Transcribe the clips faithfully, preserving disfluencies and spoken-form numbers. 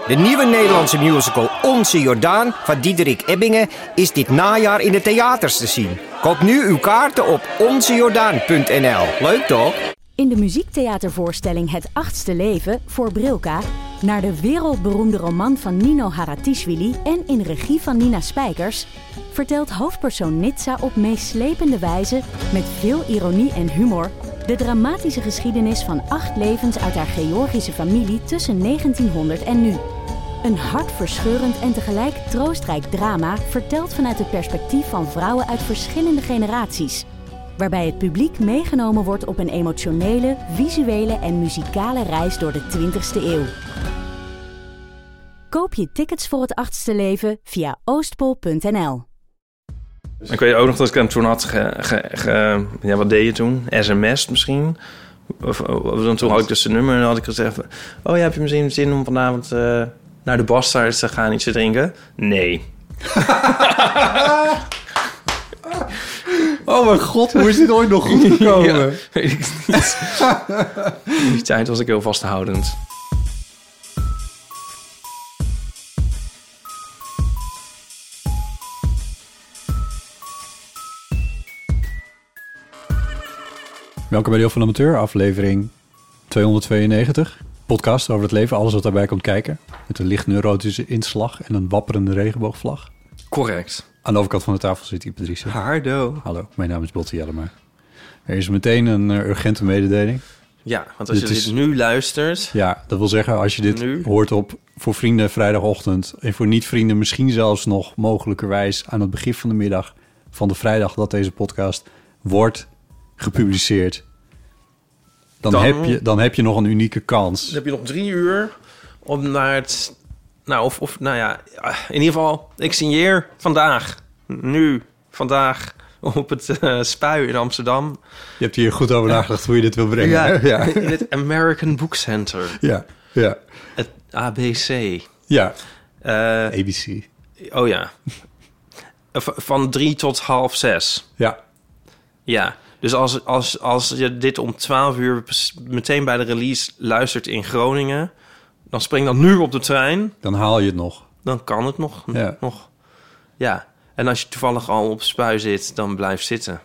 De nieuwe Nederlandse musical Onze Jordaan van Diederik Ebbingen is dit najaar in de theaters te zien. Koop nu uw kaarten op onze jordaan punt n l. Leuk toch? In de muziektheatervoorstelling Het Achtste Leven voor Brilka naar de wereldberoemde roman van Nino Haratischvili en in regie van Nina Spijkers vertelt hoofdpersoon Nitsa op meeslepende wijze met veel ironie en humor de dramatische geschiedenis van acht levens uit haar Georgische familie tussen negentienhonderd en nu. Een hartverscheurend en tegelijk troostrijk drama verteld vanuit het perspectief van vrouwen uit verschillende generaties, waarbij het publiek meegenomen wordt op een emotionele, visuele en muzikale reis door de twintigste eeuw. Koop je tickets voor Het Achtste Leven via oostpol punt n l. Ik weet ook nog dat ik hem toen had ge, ge, ge, ja, wat deed je toen? S M S misschien? Of, of, toen had ik dus zijn nummer en dan had ik gezegd... Oh ja, heb je misschien zin om vanavond uh, naar de Bastards te gaan iets te drinken? Nee. Oh mijn god, hoe is dit ooit nog goed gekomen? Ja, weet ik niet. In die tijd was ik heel vasthoudend. Welkom bij Deel van de Amateur, aflevering tweehonderdtweeënnegentig. Podcast over het leven, alles wat daarbij komt kijken. Met een licht neurotische inslag en een wapperende regenboogvlag. Correct. Aan de overkant van de tafel zit Patrice. Hardo. Hallo, mijn naam is Botte Jellema. Er is meteen een uh, urgente mededeling. Ja, want als dit je is, dit nu luistert... Ja, dat wil zeggen, als je dit nu? hoort op voor vrienden vrijdagochtend... en voor niet-vrienden misschien zelfs nog mogelijkerwijs... aan het begin van de middag van de vrijdag dat deze podcast wordt gepubliceerd... Dan, dan, heb je, dan heb je nog een unieke kans. Dan heb je nog drie uur om naar het... Nou, of, of nou ja, in ieder geval, ik signeer vandaag, nu, vandaag, op het uh, Spui in Amsterdam. Je hebt hier goed over nagedacht hoe je dit wil brengen. Ja, ja. In het American Book Center. Ja, ja. Het A B C. Ja, uh, A B C. Oh ja. V- van drie tot half zes. Ja. Ja. Dus als, als, als je dit om twaalf uur meteen bij de release luistert in Groningen... dan spring dan nu op de trein. Dan haal je het nog. Dan kan het nog. Ja. nog. Ja. En als je toevallig al op Spui zit, dan blijf zitten.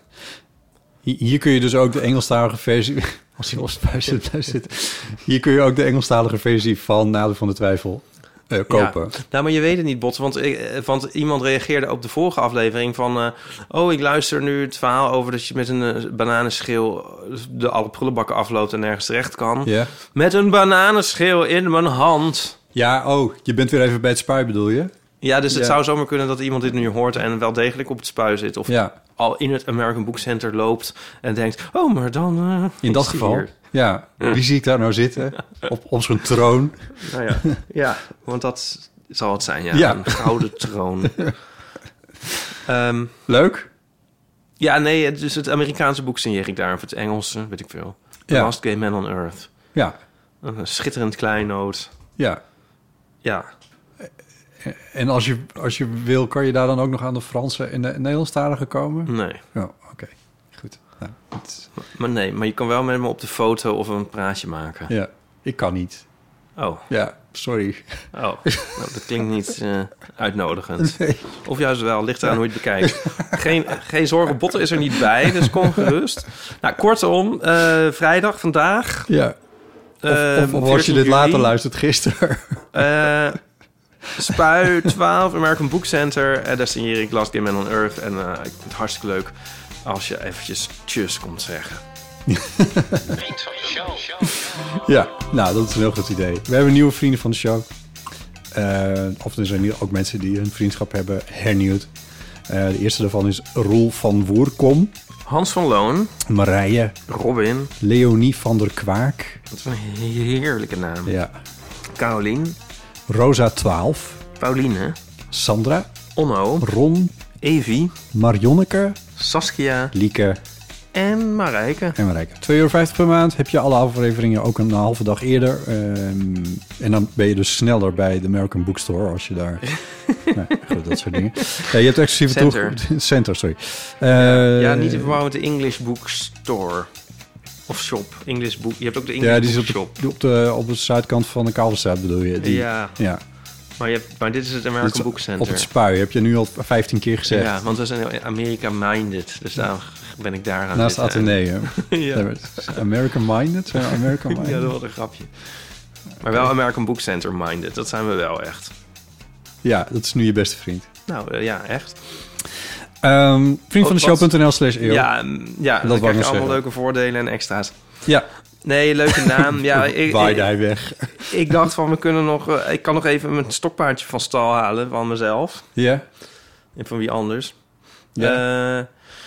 Hier kun je dus ook de Engelstalige versie... Als je op Spui zit, blijf zitten. Hier kun je ook de Engelstalige versie van Nadeel van de Twijfel uh, kopen. Ja. Nou, maar je weet het niet, Bot. Want, want iemand reageerde op de vorige aflevering van... Uh, oh, ik luister nu het verhaal over dat je met een uh, bananenschil... de alle prullenbakken afloopt en nergens terecht kan. Ja. Met een bananenschil in mijn hand. Ja, oh, je bent weer even bij het Spui, bedoel je? Ja, dus het ja. zou zomaar kunnen dat iemand dit nu hoort... en wel degelijk op het Spui zit. Of ja. al in het American Book Center loopt en denkt... oh, maar dan... Uh, in dat geval, hier. Ja. Wie zie ik daar nou zitten? Op, op zo'n troon. Nou ja, ja, want dat zal het zijn, ja. ja. Een gouden troon. um, Leuk. Ja, nee, dus het Amerikaanse boek signeer ik daar. Of het Engelse, weet ik veel. The ja. Last Gay Man on Earth. Ja. Een schitterend kleinood. Ja. Ja. En als je, als je wil, kan je daar dan ook nog aan de Franse en de Nederlandstalige komen? Nee. Oh, oké. Okay. Goed. Nou, het... Maar nee, maar je kan wel met me op de foto of een praatje maken. Ja, ik kan niet. Oh. Ja, sorry. Oh, nou, dat klinkt niet uh, uitnodigend. Nee. Of juist wel, ligt eraan ja. hoe je het bekijkt. Geen, geen zorgen, Botte is er niet bij, dus kom gerust. Nou, kortom, uh, vrijdag, vandaag. Ja. Of, uh, of, of als je dit juli, later luistert, gisteren. Uh, Spui twaalf, American Book Center. En daar signeer ik Last Gay Man on Earth. En uh, ik vind het hartstikke leuk als je eventjes tjus komt zeggen. Ja, nou, dat is een heel goed idee. We hebben nieuwe vrienden van de show. Uh, of er zijn ook mensen die hun vriendschap hebben hernieuwd. Uh, de eerste daarvan is Roel van Woerkom. Hans van Loon. Marije. Robin. Leonie van der Kwaak. Dat is een heerlijke naam. Ja. Carolien. Rosa twaalf. Pauline. Sandra. Onno. Ron. Evie. Marjonneke. Saskia. Lieke. En Marijke. En Marijke. twee euro vijftig per maand. Heb je alle afleveringen ook een halve dag eerder. Um, en dan ben je dus sneller bij de American Bookstore als je daar... nou, goed, dat soort dingen. Ja, je hebt exclusieve Center. Toeg- Center, sorry. Uh, ja, ja, niet te verwarren met de English Bookstore. Of shop, English boek. Je hebt ook de English Ja, die is op bookshop. de, op, de, op de zuidkant van de Kalverstraat bedoel je? Die, Ja. ja. Maar, je hebt, maar dit is het American Dit is Book Center. Op het Spui, heb je nu al vijftien keer gezegd. Ja, want we zijn America-minded. Dus daar ben ik daar aan Naast zitten. Atheneum. Ja. American Minded? Zijn we American Minded? Ja, dat was een grapje. Maar wel American Book Center minded. Dat zijn we wel echt. Ja, dat is nu je beste vriend. Nou, uh, ja, echt. Um, vriend van de Wat- show punt n l slash eeuw. Ja, mm, ja Dat dan wou ik krijg je nog allemaal zeggen. leuke voordelen en extra's. Ja, Nee, leuke naam. Ja, ik, waaide ik, hij weg. ik dacht van, we kunnen nog... uh, ik kan nog even mijn stokpaardje van stal halen van mezelf. Ja? En van wie anders. Ja. Uh,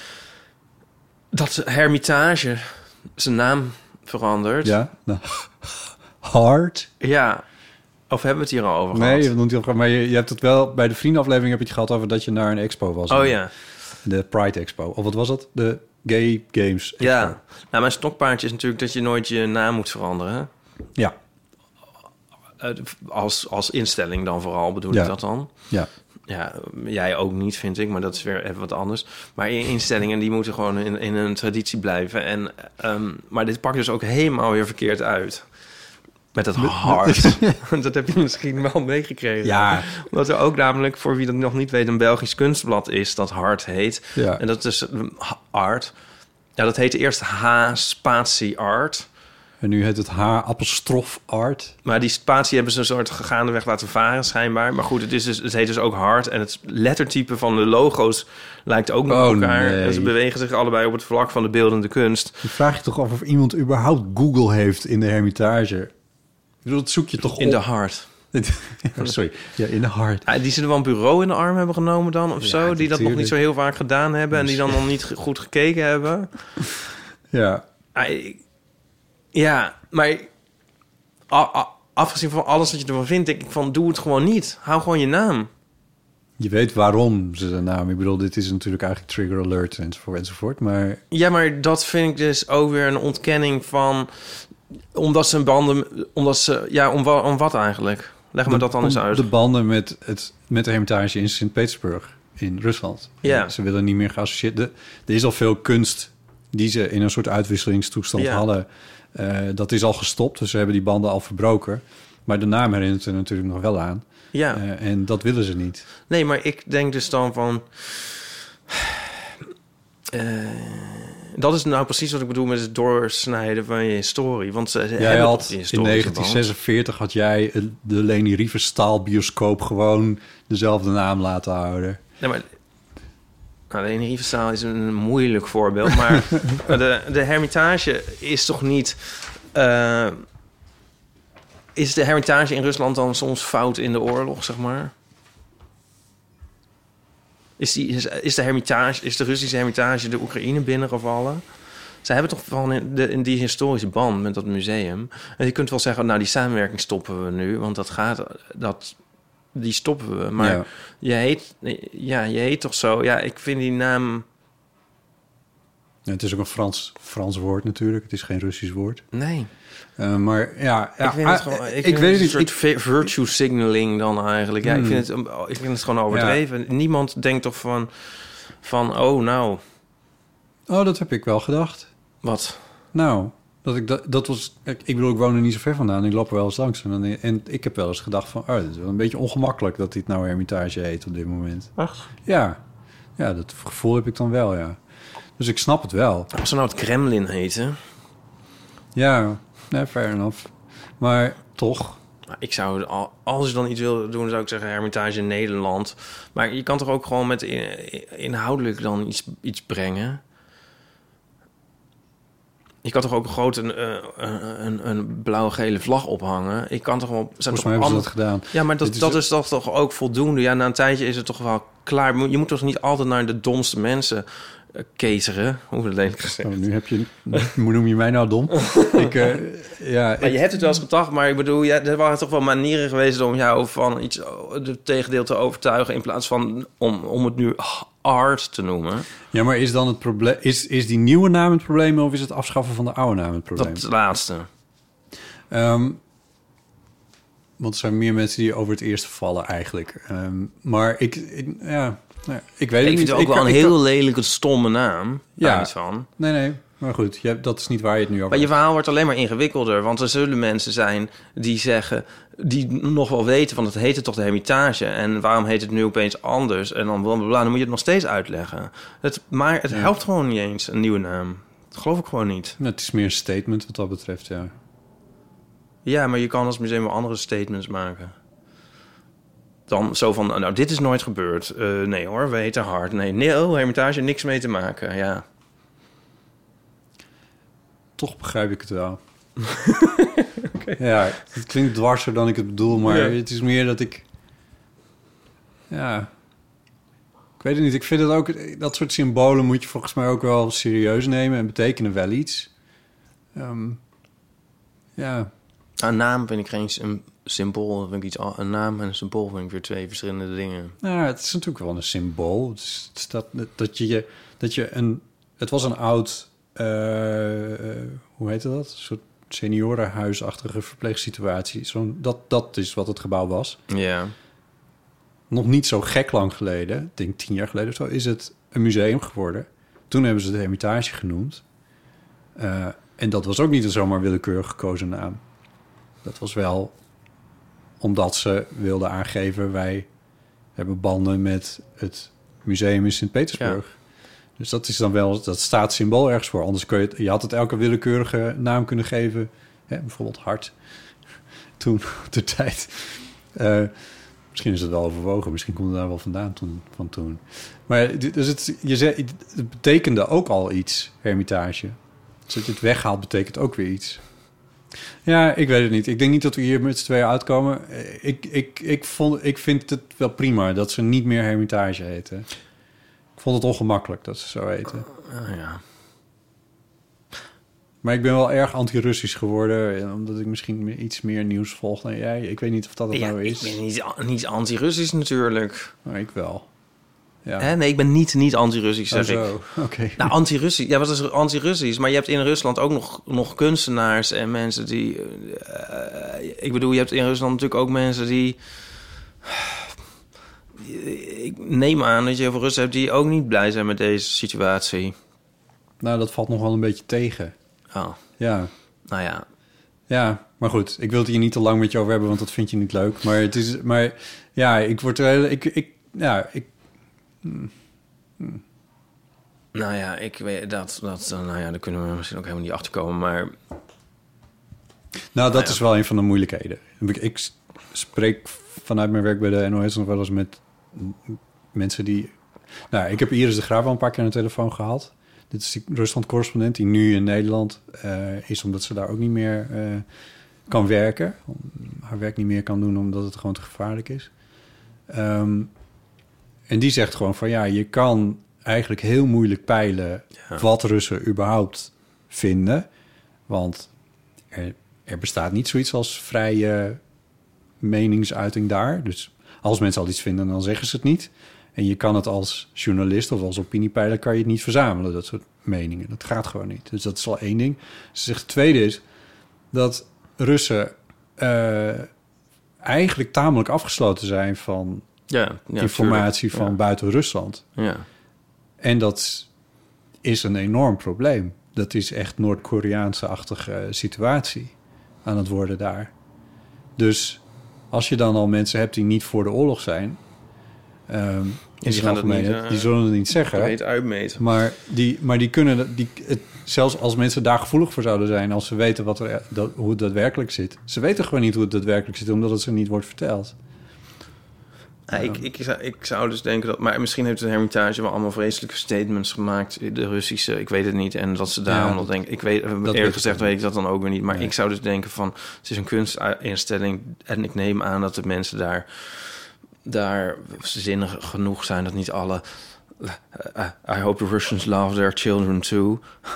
dat Hermitage zijn naam verandert. Ja? Nou, hard? Ja. Of hebben we het hier al over Nee, gehad? je noemt heel graag. Maar je, je hebt het wel... Bij de vriendenaflevering heb je het gehad over dat je naar een expo was. Oh ja. De Pride Expo. Of wat was dat? De Gay Games Expo. Ja. Nou, mijn stokpaardje is natuurlijk dat je nooit je naam moet veranderen. Ja. Uh, als, als instelling dan vooral, bedoel Ja. ik dat dan? Ja. Ja, jij ook niet, vind ik, maar dat is weer even wat anders. Maar in instellingen, die moeten gewoon in, in een traditie blijven. En, um, maar dit pakt dus ook helemaal weer verkeerd uit. Met het hart. Dat heb je misschien wel meegekregen. Ja. Omdat er ook namelijk, voor wie dat nog niet weet, een Belgisch kunstblad is dat Hart heet. Ja. En dat is um, Art. Ja, dat heette eerst H Spatie Art. En nu heet het H-apostrof art. Maar die spatie hebben ze een soort gaandeweg laten varen, schijnbaar. Maar goed, het, is dus, het heet dus ook Hart. En het lettertype van de logo's lijkt ook nog Oh, op elkaar. nee. En ze bewegen zich allebei op het vlak van de beeldende kunst. Je vraagt je toch af of iemand überhaupt Google heeft in de Hermitage. Ik bedoel, dat zoek je toch In op. de Hart. Oh, sorry. Ja, in de hart. Ah, die ze er wel een bureau in de arm hebben genomen dan, of Ja, zo. Die dat nog natuurlijk. niet zo heel vaak gedaan hebben. En die dan nog niet goed gekeken hebben. Ja. Ah, ik- Ja, maar a- a- afgezien van alles wat je ervan vindt, denk ik van, doe het gewoon niet. Hou gewoon je naam. Je weet waarom ze de naam... Ik bedoel, dit is natuurlijk eigenlijk trigger alert enzovoort enzovoort. Maar Ja, maar dat vind ik dus ook weer een ontkenning van, omdat ze banden, omdat ze, ja, om, wa- om wat eigenlijk? Leg me de- dat dan eens om uit. de banden met, het, met de Hermitage in Sint-Petersburg in Rusland. Ja. Ze willen niet meer geassocieerd... De, er is al veel kunst die ze in een soort uitwisselingstoestand Ja. hadden. Uh, dat is al gestopt, dus ze hebben die banden al verbroken. Maar de naam herinnert er natuurlijk nog wel aan. Ja, Uh, en dat willen ze niet. nee, maar ik denk dus dan van, eh, dat is nou precies wat ik bedoel met het doorsnijden van je historie. Want ze Jij hebben had toch die in historische negentien zesenveertig had jij de Leni Riefenstahl bioscoop gewoon dezelfde naam laten houden. band. Nee, maar nou, de Riefenstahl is een moeilijk voorbeeld, maar de, de Hermitage is toch niet... Uh, is de Hermitage in Rusland dan soms fout in de oorlog, zeg maar? Is, die, is, is, de Hermitage, is de Russische Hermitage de Oekraïne binnengevallen? Ze hebben toch van in, de, in die historische band met dat museum. En je kunt wel zeggen, nou, die samenwerking stoppen we nu, want dat gaat... dat die stoppen we. Maar Ja. je heet, ja, je heet toch zo? Ja, ik vind die naam... Ja, het is ook een Frans, Frans woord natuurlijk. Het is geen Russisch woord. Nee. Uh, maar ja, ja ik vind het ah, gewoon... Ik, ik vind weet het het een niet. soort Ik- vi- virtue signaling dan eigenlijk. Ja, Hmm. ik, vind het, ik vind het gewoon overdreven. Niemand denkt toch van... van oh, nou, Oh, dat heb ik wel gedacht. wat... Nou, dat ik dat, dat was. Ik, ik bedoel, ik woon er niet zo ver vandaan. Ik loop er wel eens langs. En, dan, en ik heb wel eens gedacht van, oh, dat is wel een beetje ongemakkelijk dat dit nou Hermitage heet op dit moment. Ach. Ja, ja, dat gevoel heb ik dan wel, ja. Dus ik snap het wel. Als ze nou het Kremlin heten... Ja, nee, fair enough. Maar toch. Nou, ik zou, al- als je dan iets wil doen, zou ik zeggen Hermitage in Nederland. Maar je kan toch ook gewoon met in- inhoudelijk dan iets, iets brengen? Je kan toch ook groot een, eh, een, een, een blauw-gele vlag ophangen? Ik kan toch wel... zijn Volgens toch mij hebben ze ander- dat gedaan. Ja, maar dat, Dit is dat ook- is toch, toch ook voldoende? Ja, na een tijdje is het toch wel klaar. Je moet toch niet altijd naar de domste mensen uh, cateren? Hoe dat lelijk gezegd. Oh, nu heb je... Hoe noem je mij nou dom? ik, uh, ja, Maar ik, je hebt het wel eens gedacht, maar ik bedoel, ja, er waren toch wel manieren geweest om jou van iets het tegendeel te overtuigen in plaats van om, om het nu art te noemen. ja, maar is dan het probleem... Is, is die nieuwe naam het probleem of is het afschaffen van de oude naam het probleem? Dat laatste. Um, want er zijn meer mensen die over het eerste vallen eigenlijk. Um, maar ik, ik, ja, nou ja, ik weet Ik het vind niet. het ook wel kan- een ik heel kan- lelijke, stomme naam. Ja. Daar niet van. Nee, nee. Maar goed, je, dat is niet waar je het nu over Maar je hebt. verhaal wordt alleen maar ingewikkelder. Want er zullen mensen zijn die zeggen... die nog wel weten van het heette toch de Hermitage... en waarom heet het nu opeens anders... en dan blablabla, dan moet je het nog steeds uitleggen. Het, maar het Ja. helpt gewoon niet eens, een nieuwe naam. Dat geloof ik gewoon niet. Nou, het is meer een statement wat dat betreft, ja. Ja, maar je kan als museum wel andere statements maken. Dan zo van, nou, dit is nooit gebeurd. Uh, nee hoor, we heten hard. Nee, nee, oh, Hermitage, niks mee te maken, ja. Toch begrijp ik het wel. Okay. Ja, het klinkt dwarser dan ik het bedoel, maar Ja. het is meer dat ik... Ja, ik weet het niet. Ik vind het ook... Dat soort symbolen moet je volgens mij ook wel serieus nemen en betekenen wel iets. Um, ja. Een naam vind ik geen een symbool. Vind ik iets, een naam en een symbool vind ik weer twee verschillende dingen. Nou, het is natuurlijk wel een symbool. Het is, het is dat, dat je... Dat je een, het was een oud... Uh, uh, hoe heette dat? Een soort seniorenhuisachtige verpleegsituatie. Zo'n, dat, dat is wat het gebouw was. Ja. Nog niet zo gek lang geleden, ik denk tien jaar geleden of zo, is het een museum geworden. Toen hebben ze het Hermitage genoemd. Uh, en dat was ook niet een zomaar willekeurig gekozen naam. Dat was wel omdat ze wilden aangeven... wij hebben banden met het museum in Sint-Petersburg. Ja. Dus dat is dan wel, dat staat symbool ergens voor. Anders kun je het, je had het elke willekeurige naam kunnen geven. Hè, bijvoorbeeld Hart. Toen, op de tijd. Uh, misschien is het wel overwogen. Misschien komt het daar wel vandaan toen, van toen. Maar dus het, je zei, het betekende ook al iets, Hermitage. Dus dat je het weghaalt, betekent ook weer iets. Ja, ik weet het niet. Ik denk niet dat we hier met z'n tweeën uitkomen. Ik, ik, ik, vond, ik vind het wel prima dat ze niet meer Hermitage heten. Ik vond het ongemakkelijk dat ze zo heten. Uh, ja. Maar ik ben wel erg anti-Russisch geworden... omdat ik misschien iets meer nieuws volg dan jij. Ik weet niet of dat het ja, nou is. Ik ben niet, niet anti-Russisch natuurlijk. Maar ik wel. Ja. Hè? Nee, ik ben niet, niet anti-Russisch, zeg oh, zo. ik. Oké. Okay. Nou, anti-Russisch. Ja, wat is anti-Russisch? Maar je hebt in Rusland ook nog, nog kunstenaars en mensen die... Uh, ik bedoel, je hebt in Rusland natuurlijk ook mensen die... Ik neem aan dat je heel veel Russen hebt die ook niet blij zijn met deze situatie. Nou, dat valt nog wel een beetje tegen. Oh. Ja. Nou ja. Ja, maar goed. Ik wil het hier niet te lang met je over hebben, want dat vind je niet leuk. Maar het is... Maar ja, ik word er... Ik, ik, ja, ik... Hmm. Hmm. Nou ja, ik weet dat, dat... Nou ja, daar kunnen we misschien ook helemaal niet achter komen, maar... Nou, dat nou ja. is wel een van de moeilijkheden. Ik, ik spreek vanuit mijn werk bij de N O S nog wel eens met mensen die... Nou, ik heb Iris de Graaf al een paar keer aan de telefoon gehad. Dit is die Rusland-correspondent die nu in Nederland uh, is... omdat ze daar ook niet meer uh, kan werken. Haar werk niet meer kan doen omdat het gewoon te gevaarlijk is. Um, en die zegt gewoon van... ja, je kan eigenlijk heel moeilijk peilen... Ja. wat Russen überhaupt vinden. Want er, er bestaat niet zoiets als vrije meningsuiting daar. Dus als mensen al iets vinden, dan zeggen ze het niet... En je kan het als journalist of als opiniepeiler... kan je het niet verzamelen, dat soort meningen. Dat gaat gewoon niet. Dus dat is al één ding. Ze zegt, het tweede is dat Russen uh, eigenlijk tamelijk afgesloten zijn... van ja, ja, informatie tuurlijk. van ja. buiten Rusland. Ja. En dat is een enorm probleem. Dat is echt Noord-Koreaanse-achtige situatie aan het worden daar. Dus als je dan al mensen hebt die niet voor de oorlog zijn... Um, die, gaan het niet, uh, die zullen het niet zeggen. Het uitmeten. Maar die, maar die kunnen... Die, het, zelfs als mensen daar gevoelig voor zouden zijn... als ze weten wat er, dat, hoe het daadwerkelijk zit. Ze weten gewoon niet hoe het daadwerkelijk zit... omdat het ze niet wordt verteld. Ja, ik, ik, ik, zou, ik zou dus denken dat... Maar misschien heeft de Hermitage wel allemaal vreselijke statements gemaakt. De Russische, ik weet het niet. En dat ze daarom ja, dat denken... Ik weet, eerlijk weet gezegd weet ik dat dan ook weer niet. Maar nee. Ik zou dus denken van... Het is een kunstinstelling. En ik neem aan dat de mensen daar... daar zinnig genoeg zijn dat niet alle... Uh, I hope the Russians love their children too.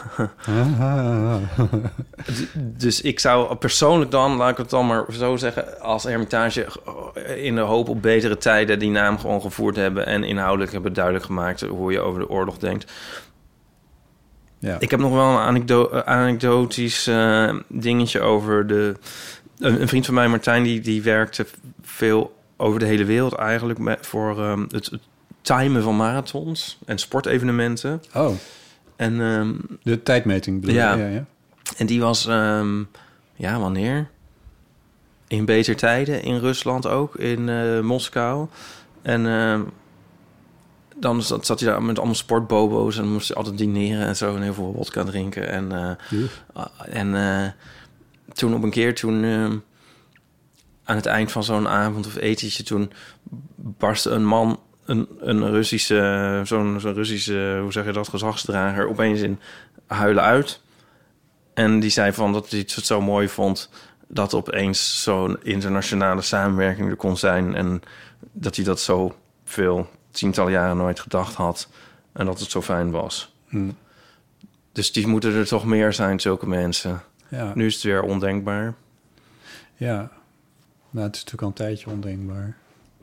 Dus ik zou persoonlijk dan, laat ik het dan maar zo zeggen... als Hermitage in de hoop op betere tijden... die naam gewoon gevoerd hebben... en inhoudelijk hebben duidelijk gemaakt... hoe je over de oorlog denkt. Ja. Ik heb nog wel een anekdo- anekdotisch uh, dingetje over de... Een, een vriend van mij, Martijn, die, die werkte veel... over de hele wereld eigenlijk... Met, voor um, het, het timen van marathons en sportevenementen. Oh. En, um, de tijdmeting bedoel ja. je? Ja, ja. En die was, um, ja, wanneer? In beter tijden, in Rusland ook, in uh, Moskou. En uh, dan zat, zat hij daar met allemaal sportbobo's... en dan moest hij altijd dineren en zo... en heel veel wodka drinken. En, uh, uh, en uh, toen op een keer, toen... Uh, aan het eind van zo'n avond of etentje... toen barstte een man, een, een Russische... zo'n, zo'n Russische, hoe zeg je dat, gezagsdrager... opeens in huilen uit. En die zei van dat hij het zo mooi vond... dat opeens zo'n internationale samenwerking er kon zijn... en dat hij dat zo veel, tientallen jaren nooit gedacht had... en dat het zo fijn was. Hmm. Dus die moeten er toch meer zijn, zulke mensen. Ja. Nu is het weer ondenkbaar. Ja, nou, het is natuurlijk al een tijdje ondenkbaar.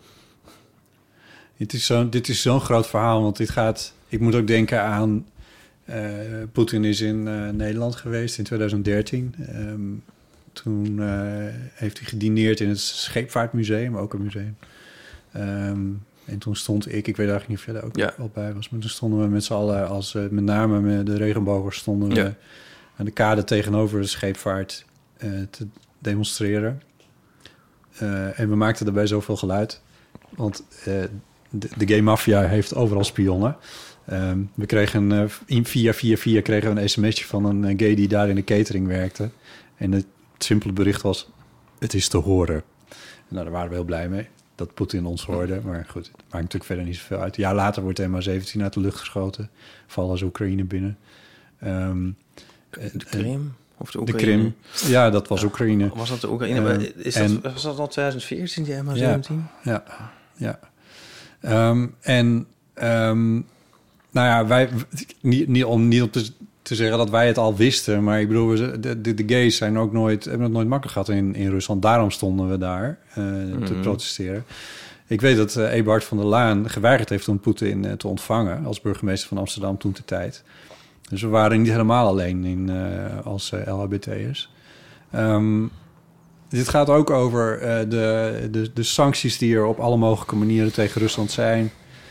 Het is zo, dit is zo'n groot verhaal, want dit gaat... Ik moet ook denken aan... Uh, Poetin is in uh, Nederland geweest in twintig dertien... Um, Toen uh, heeft hij gedineerd in het Scheepvaartmuseum, ook een museum. Um, en toen stond ik, ik weet eigenlijk niet of jij daar ook ja. al bij was... maar toen stonden we met z'n allen, als, uh, met name met de regenbogers... stonden we ja. aan de kade tegenover de scheepvaart uh, te demonstreren. Uh, en we maakten daarbij zoveel geluid. Want uh, de, de gay mafia heeft overal spionnen. Um, we kregen uh, via via via kregen we een sms'je van een gay die daar in de catering werkte. En het simpele bericht was, het is te horen. Nou, daar waren we heel blij mee, dat Poetin ons hoorde. Maar goed, het maakt natuurlijk verder niet zoveel uit. Een jaar later wordt M H zeventien uit de lucht geschoten. Vallen ze Oekraïne binnen. Um, de Krim? Of de De Oekraïne? Krim. Ja, dat was Oekraïne. Was dat de Oekraïne? Um, maar is dat, en, was dat al twintig veertien, die M H zeventien? Ja, ja. ja. Um, en, um, nou ja, wij... Niet, niet, om niet op te... te zeggen dat wij het al wisten. Maar ik bedoel, de, de, de gays zijn ook nooit, hebben het nooit makkelijk gehad in, in Rusland. Daarom stonden we daar uh, mm-hmm. te protesteren. Ik weet dat uh, Eberhard van der Laan geweigerd heeft om Poetin uh, te ontvangen... als burgemeester van Amsterdam toen de tijd. Dus we waren niet helemaal alleen in, uh, als uh, L H B T'ers. Um, dit gaat ook over uh, de, de, de sancties die er op alle mogelijke manieren tegen Rusland zijn...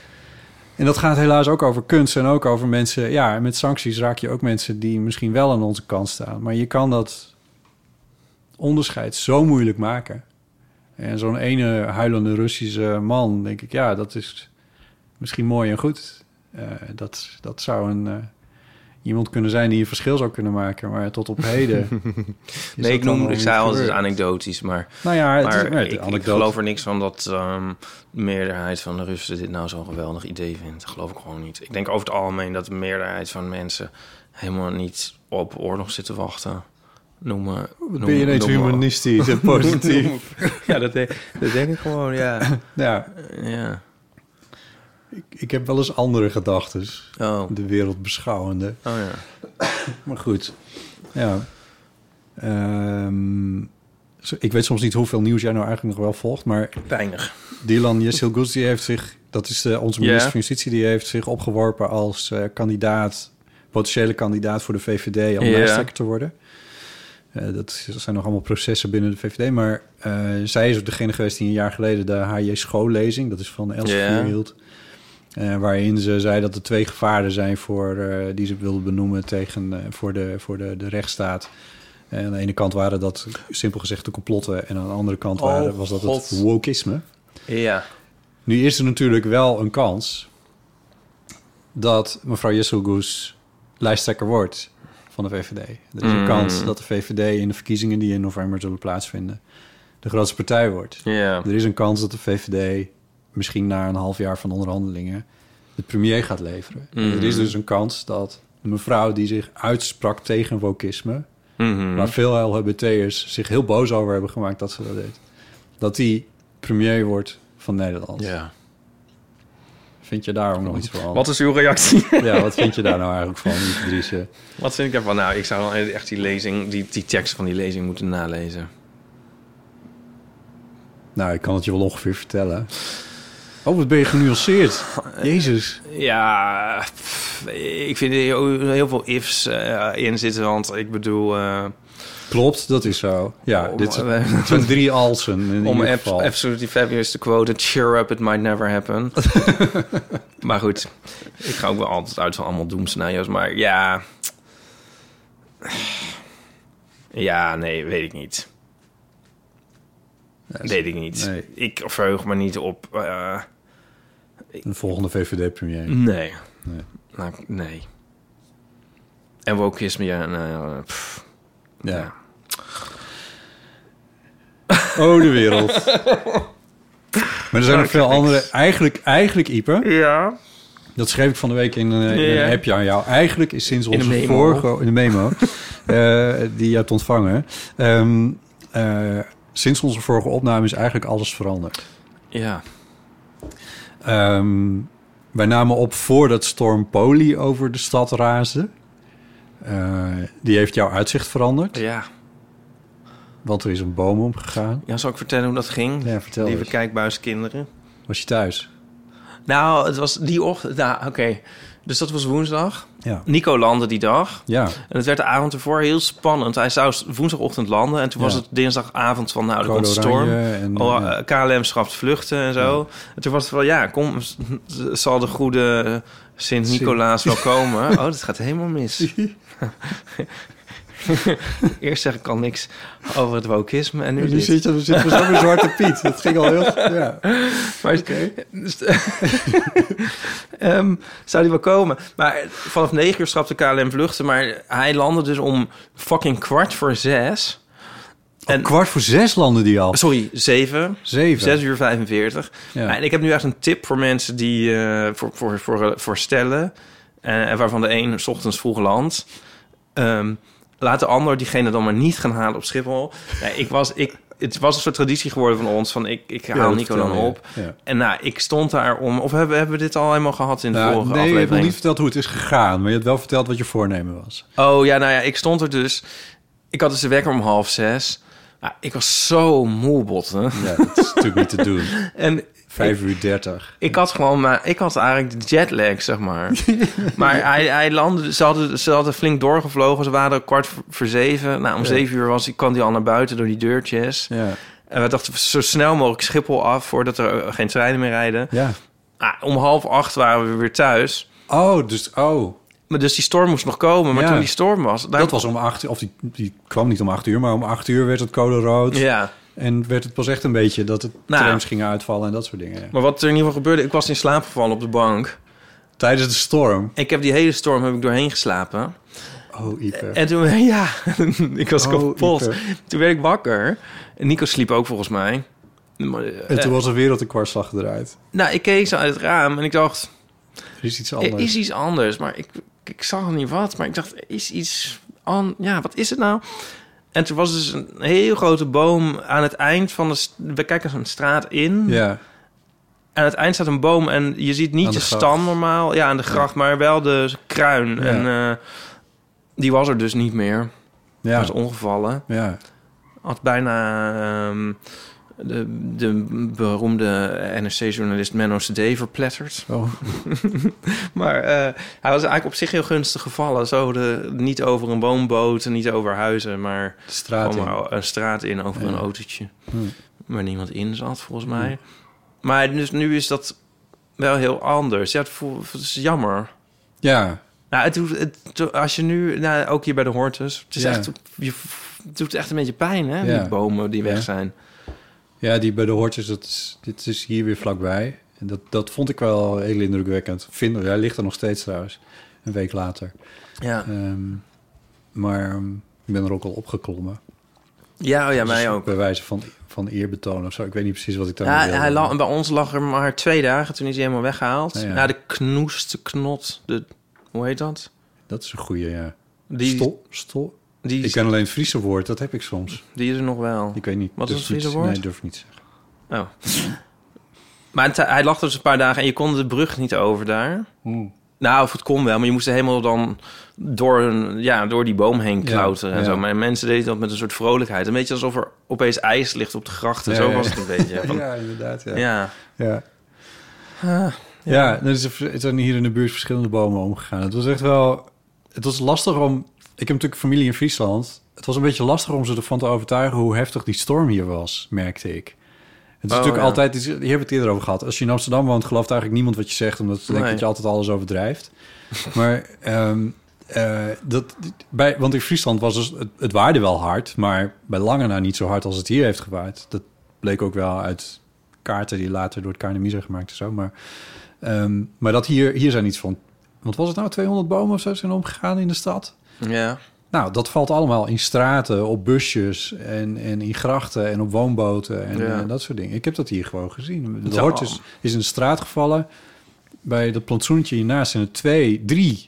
En dat gaat helaas ook over kunst en ook over mensen... Ja, met sancties raak je ook mensen die misschien wel aan onze kant staan. Maar je kan dat onderscheid zo moeilijk maken. En zo'n ene huilende Russische man, denk ik... Ja, dat is misschien mooi en goed. Uh, dat, dat zou een... Uh, iemand kunnen zijn die een verschil zou kunnen maken. Maar tot op heden... nee, ik noem, ik zei al, het is anekdotisch, maar... Nou ja, het maar is, maar het ik, ik geloof er niks van dat um, de meerderheid van de Russen dit nou zo'n geweldig idee vindt. Dat geloof ik gewoon niet. Ik denk over het algemeen dat de meerderheid van mensen helemaal niet op oorlog zit te wachten. Noemen, noem, ben je ineens humanistisch en positief? ja, dat, de, dat denk ik gewoon, ja. ja. ja. Ik, ik heb wel eens andere gedachten. Oh. De wereld beschouwende. Oh ja. Maar goed. Ja. Um, ik weet soms niet hoeveel nieuws jij nou eigenlijk nog wel volgt, maar... Weinig. Dilan Yeşilgöz, die heeft zich... Dat is de, onze minister yeah. van Justitie, die heeft zich opgeworpen als uh, kandidaat... potentiële kandidaat voor de V V D om yeah. lijsttrekker te worden. Uh, dat zijn nog allemaal processen binnen de V V D. Maar uh, zij is ook degene geweest die een jaar geleden de H J schoollezing... dat is van Elsevier yeah. hield... Uh, waarin ze zei dat er twee gevaren zijn voor, uh, die ze wilde benoemen tegen, uh, voor, de, voor de, de rechtsstaat. En aan de ene kant waren dat simpel gezegd de complotten... en aan de andere kant waren, oh, was dat God. het wokisme. Ja. Nu is er natuurlijk wel een kans... dat mevrouw Yeşilgöz lijsttrekker wordt van de V V D. Er is mm. een kans dat de V V D in de verkiezingen die in november zullen plaatsvinden... de grootste partij wordt. Yeah. Er is een kans dat de V V D... misschien na een half jaar van onderhandelingen... de premier gaat leveren. Mm-hmm. Er is dus een kans dat een mevrouw die zich uitsprak tegen wokisme... Mm-hmm. waar veel L H B T'ers zich heel boos over hebben gemaakt dat ze dat deed... dat die premier wordt van Nederland. Ja. Vind je daar ook nog iets van? Wat is uw reactie? Ja, wat vind je daar nou eigenlijk van, Driesje? Wat vind ik ervan? Nou, ik zou dan echt die lezing... die, die tekst van die lezing moeten nalezen. Nou, ik kan het je wel ongeveer vertellen... Oh, wat ben je genuanceerd. Jezus. Ja, pff, ik vind er heel veel ifs uh, in zitten. Want ik bedoel... Uh, Klopt, dat is zo. Ja, Oh, dit maar- zijn, het zijn drie alsen in Om ieder abs- geval. Absolutely Fabulous te quoten... Cheer up, it might never happen. Maar goed, ik ga ook wel altijd uit van allemaal doemscenario's. Maar ja... Ja, nee, weet ik niet. Ja, Weet ik niet. nee. Ik verheug me niet op... Uh, Een volgende V V D-premier. nee. Nee. Nou, nee. En wokeisme, ja... Nou, pff, Ja. ja. Oh, de wereld. Maar er zijn nog veel andere... Eigenlijk, eigenlijk Ipe... Ja. Dat schreef ik van de week in, uh, in Ja. een appje aan jou. Eigenlijk is sinds In de onze memo. vorige... In de memo. uh, die je hebt ontvangen. Um, uh, sinds onze vorige opname is eigenlijk alles veranderd. Ja. Um, wij namen op voordat storm Poli over de stad raasde. Uh, die heeft jouw uitzicht veranderd. Ja. Want er is een boom omgegaan. Ja, zal ik vertellen hoe dat ging? Ja, vertel Lieve eens. kijkbuiskinderen. Was je thuis? Nou, het was die ochtend... Nou, oké. Okay. Dus dat was woensdag. Ja. Nico landde die dag. Ja. En het werd de avond ervoor heel spannend. Hij zou woensdagochtend landen. En toen Ja. was het dinsdagavond van... Nou, er Code komt storm. oranje en, oh, ja. K L M schrapt vluchten en zo. En toen was het wel... Ja, kom, zal de goede Sint-Nicolaas wel komen? Oh, dat gaat helemaal mis. Eerst zeg ik al niks over het wokisme en nu Nu dit. zit je, zit we zo met Zwarte Piet. Dat ging al heel... Ja. Maar Oké. dus, um, zou die wel komen? Maar vanaf negen uur schrapte K L M vluchten. Maar hij landde dus om fucking kwart voor zes. En kwart voor zes landen die al. Sorry, zeven. Zeven. Zes uur vijfenveertig. Ja. Ja, en ik heb nu echt een tip voor mensen die uh, voor, voor, voor, voor stellen. Uh, en waarvan de een 's ochtends vroeg landt. Um, laat de ander diegene dan maar niet gaan halen op Schiphol. Nee, ik was, ik, het was een soort traditie geworden van ons. Van ik, ik haal Ja, Nico dan vertel je. op. Ja. En nou, ik stond daar om... Of hebben, hebben we dit al helemaal gehad in de Nou, vorige nee, je hebt aflevering? nog niet verteld hoe het is gegaan. Maar je hebt wel verteld wat je voornemen was. Oh ja, nou ja, ik stond er dus... Ik had dus de wekker om half zes. Nou, ik was zo moe, botten. Ja, dat is natuurlijk niet te doen. En Vijf uur dertig. ik had gewoon maar... Ik had eigenlijk de jetlag, zeg maar. Maar hij, hij landde... Ze hadden, ze hadden flink doorgevlogen. Ze waren kwart voor zeven. Nou, om Ja. zeven uur was, kwam hij al naar buiten door die deurtjes. Ja. En we dachten zo snel mogelijk Schiphol af... voordat er geen treinen meer rijden. Ja. Ah, om half acht waren we weer thuis. Oh, dus... Oh. Maar dus die storm moest nog komen. Maar Ja. toen die storm was... daar- Dat was om acht uur. Of die, die kwam niet om acht uur. Maar om acht uur werd het code rood. Ja. En werd het pas echt een beetje dat het Nou. trams gingen uitvallen en dat soort dingen. Ja. Maar wat er in ieder geval gebeurde... Ik was in slaap gevallen op de bank. Tijdens de storm. Ik heb die hele storm heb ik doorheen geslapen. Oh, Ipe. En toen... Ja, ik was Oh, kapot. Ipe. Toen werd ik wakker. En Nico sliep ook volgens mij. Maar, eh, En toen was er wereld een kwartslag gedraaid. Nou, ik keek zo uit het raam en ik dacht... Er is iets Er anders. is iets anders. Maar ik, ik zag niet wat. Maar ik dacht, er is iets... An, ja, wat is het nou? En toen was dus een heel grote boom aan het eind van de... st- We kijken zo'n straat in. Ja. Aan het eind staat een boom en je ziet niet Aan de, de gracht. stam normaal. Ja, aan de gracht, maar wel de kruin. Ja. En uh, die was er dus niet meer. Ja. Was omgevallen. Ja. Had bijna um, de, de beroemde N R C-journalist Menno C D verpletterd. Oh. Maar uh, hij was eigenlijk op zich heel gunstig gevallen. Zo de, niet over een woonboot, niet over huizen, maar De straat in. gewoon een straat in over Ja. een autootje. Hmm. Waar niemand in zat, volgens mij. Hmm. Maar dus nu is dat wel heel anders. Ja, het, voelt, het is jammer. Ja. Nou, het doet, het, als je nu, nou, ook hier bij de Hortus, het is Ja. echt, je, het doet echt een beetje pijn, hè? Ja. Die bomen die weg Ja. zijn. Ja, die bij de Hortus, dat is, dit is hier weer vlakbij. En dat, dat vond ik wel heel indrukwekkend. Vind, hij ligt er nog steeds trouwens, een week later. Ja, Um, maar um, ik ben er ook al opgeklommen. ja, oh ja, mij Dus ook. Bij wijze van, van eerbetoon of zo. Ik weet niet precies wat ik daar Ja, wilde. hij lag, bij ons lag er maar twee dagen, toen is hij helemaal weggehaald. Ja, ja. Nou, de knoest, de knot, de, hoe heet dat? Dat is een goeie, ja. Die, Stol, stol. die, Ik ken alleen het Friese woord, dat heb ik soms. die is er nog wel. Ik weet niet. Wat is durf het Friese niet- woord? Nee, durf ik niet te zeggen. Oh. Maar het- hij lag er dus een paar dagen en je kon de brug niet over daar. Nou, of het kon wel, maar je moest er helemaal dan door, een, ja, door die boom heen klauteren en ja. zo. Maar mensen deden dat met een soort vrolijkheid. Een beetje alsof er opeens ijs ligt op de grachten. Ja, zo ja. was het een beetje. Van, Ja, inderdaad. Ja. ja. Ja. Ah, Ja, er is- er zijn hier in de buurt verschillende bomen omgegaan. Het was echt wel... Het was lastig om... Ik heb natuurlijk familie in Friesland. het was een beetje lastig om ze ervan te overtuigen hoe heftig die storm hier was, merkte ik. Het is Oh, natuurlijk ja. altijd, hier hebben we het eerder over gehad. Als je in Amsterdam woont, gelooft eigenlijk niemand wat je zegt, omdat ze denken Nee. dat je altijd alles overdrijft. Maar ehm, eh, dat, bij, want in Friesland was dus, het, het waaide wel hard, maar bij lange na niet zo hard als het hier heeft gewaaid. Dat bleek ook wel uit kaarten die later door het K N M I zijn gemaakt en zo. Maar, ehm, maar dat hier, hier zijn iets van, wat was het nou, tweehonderd bomen of zo zijn omgegaan in de stad? Ja. Nou, dat valt allemaal in straten, op busjes en, en in grachten en op woonboten en Ja. eh, dat soort dingen. Ik heb dat hier gewoon gezien. De Ja. hort is, is in de straat gevallen. Bij dat plantsoentje hiernaast zijn er twee, drie,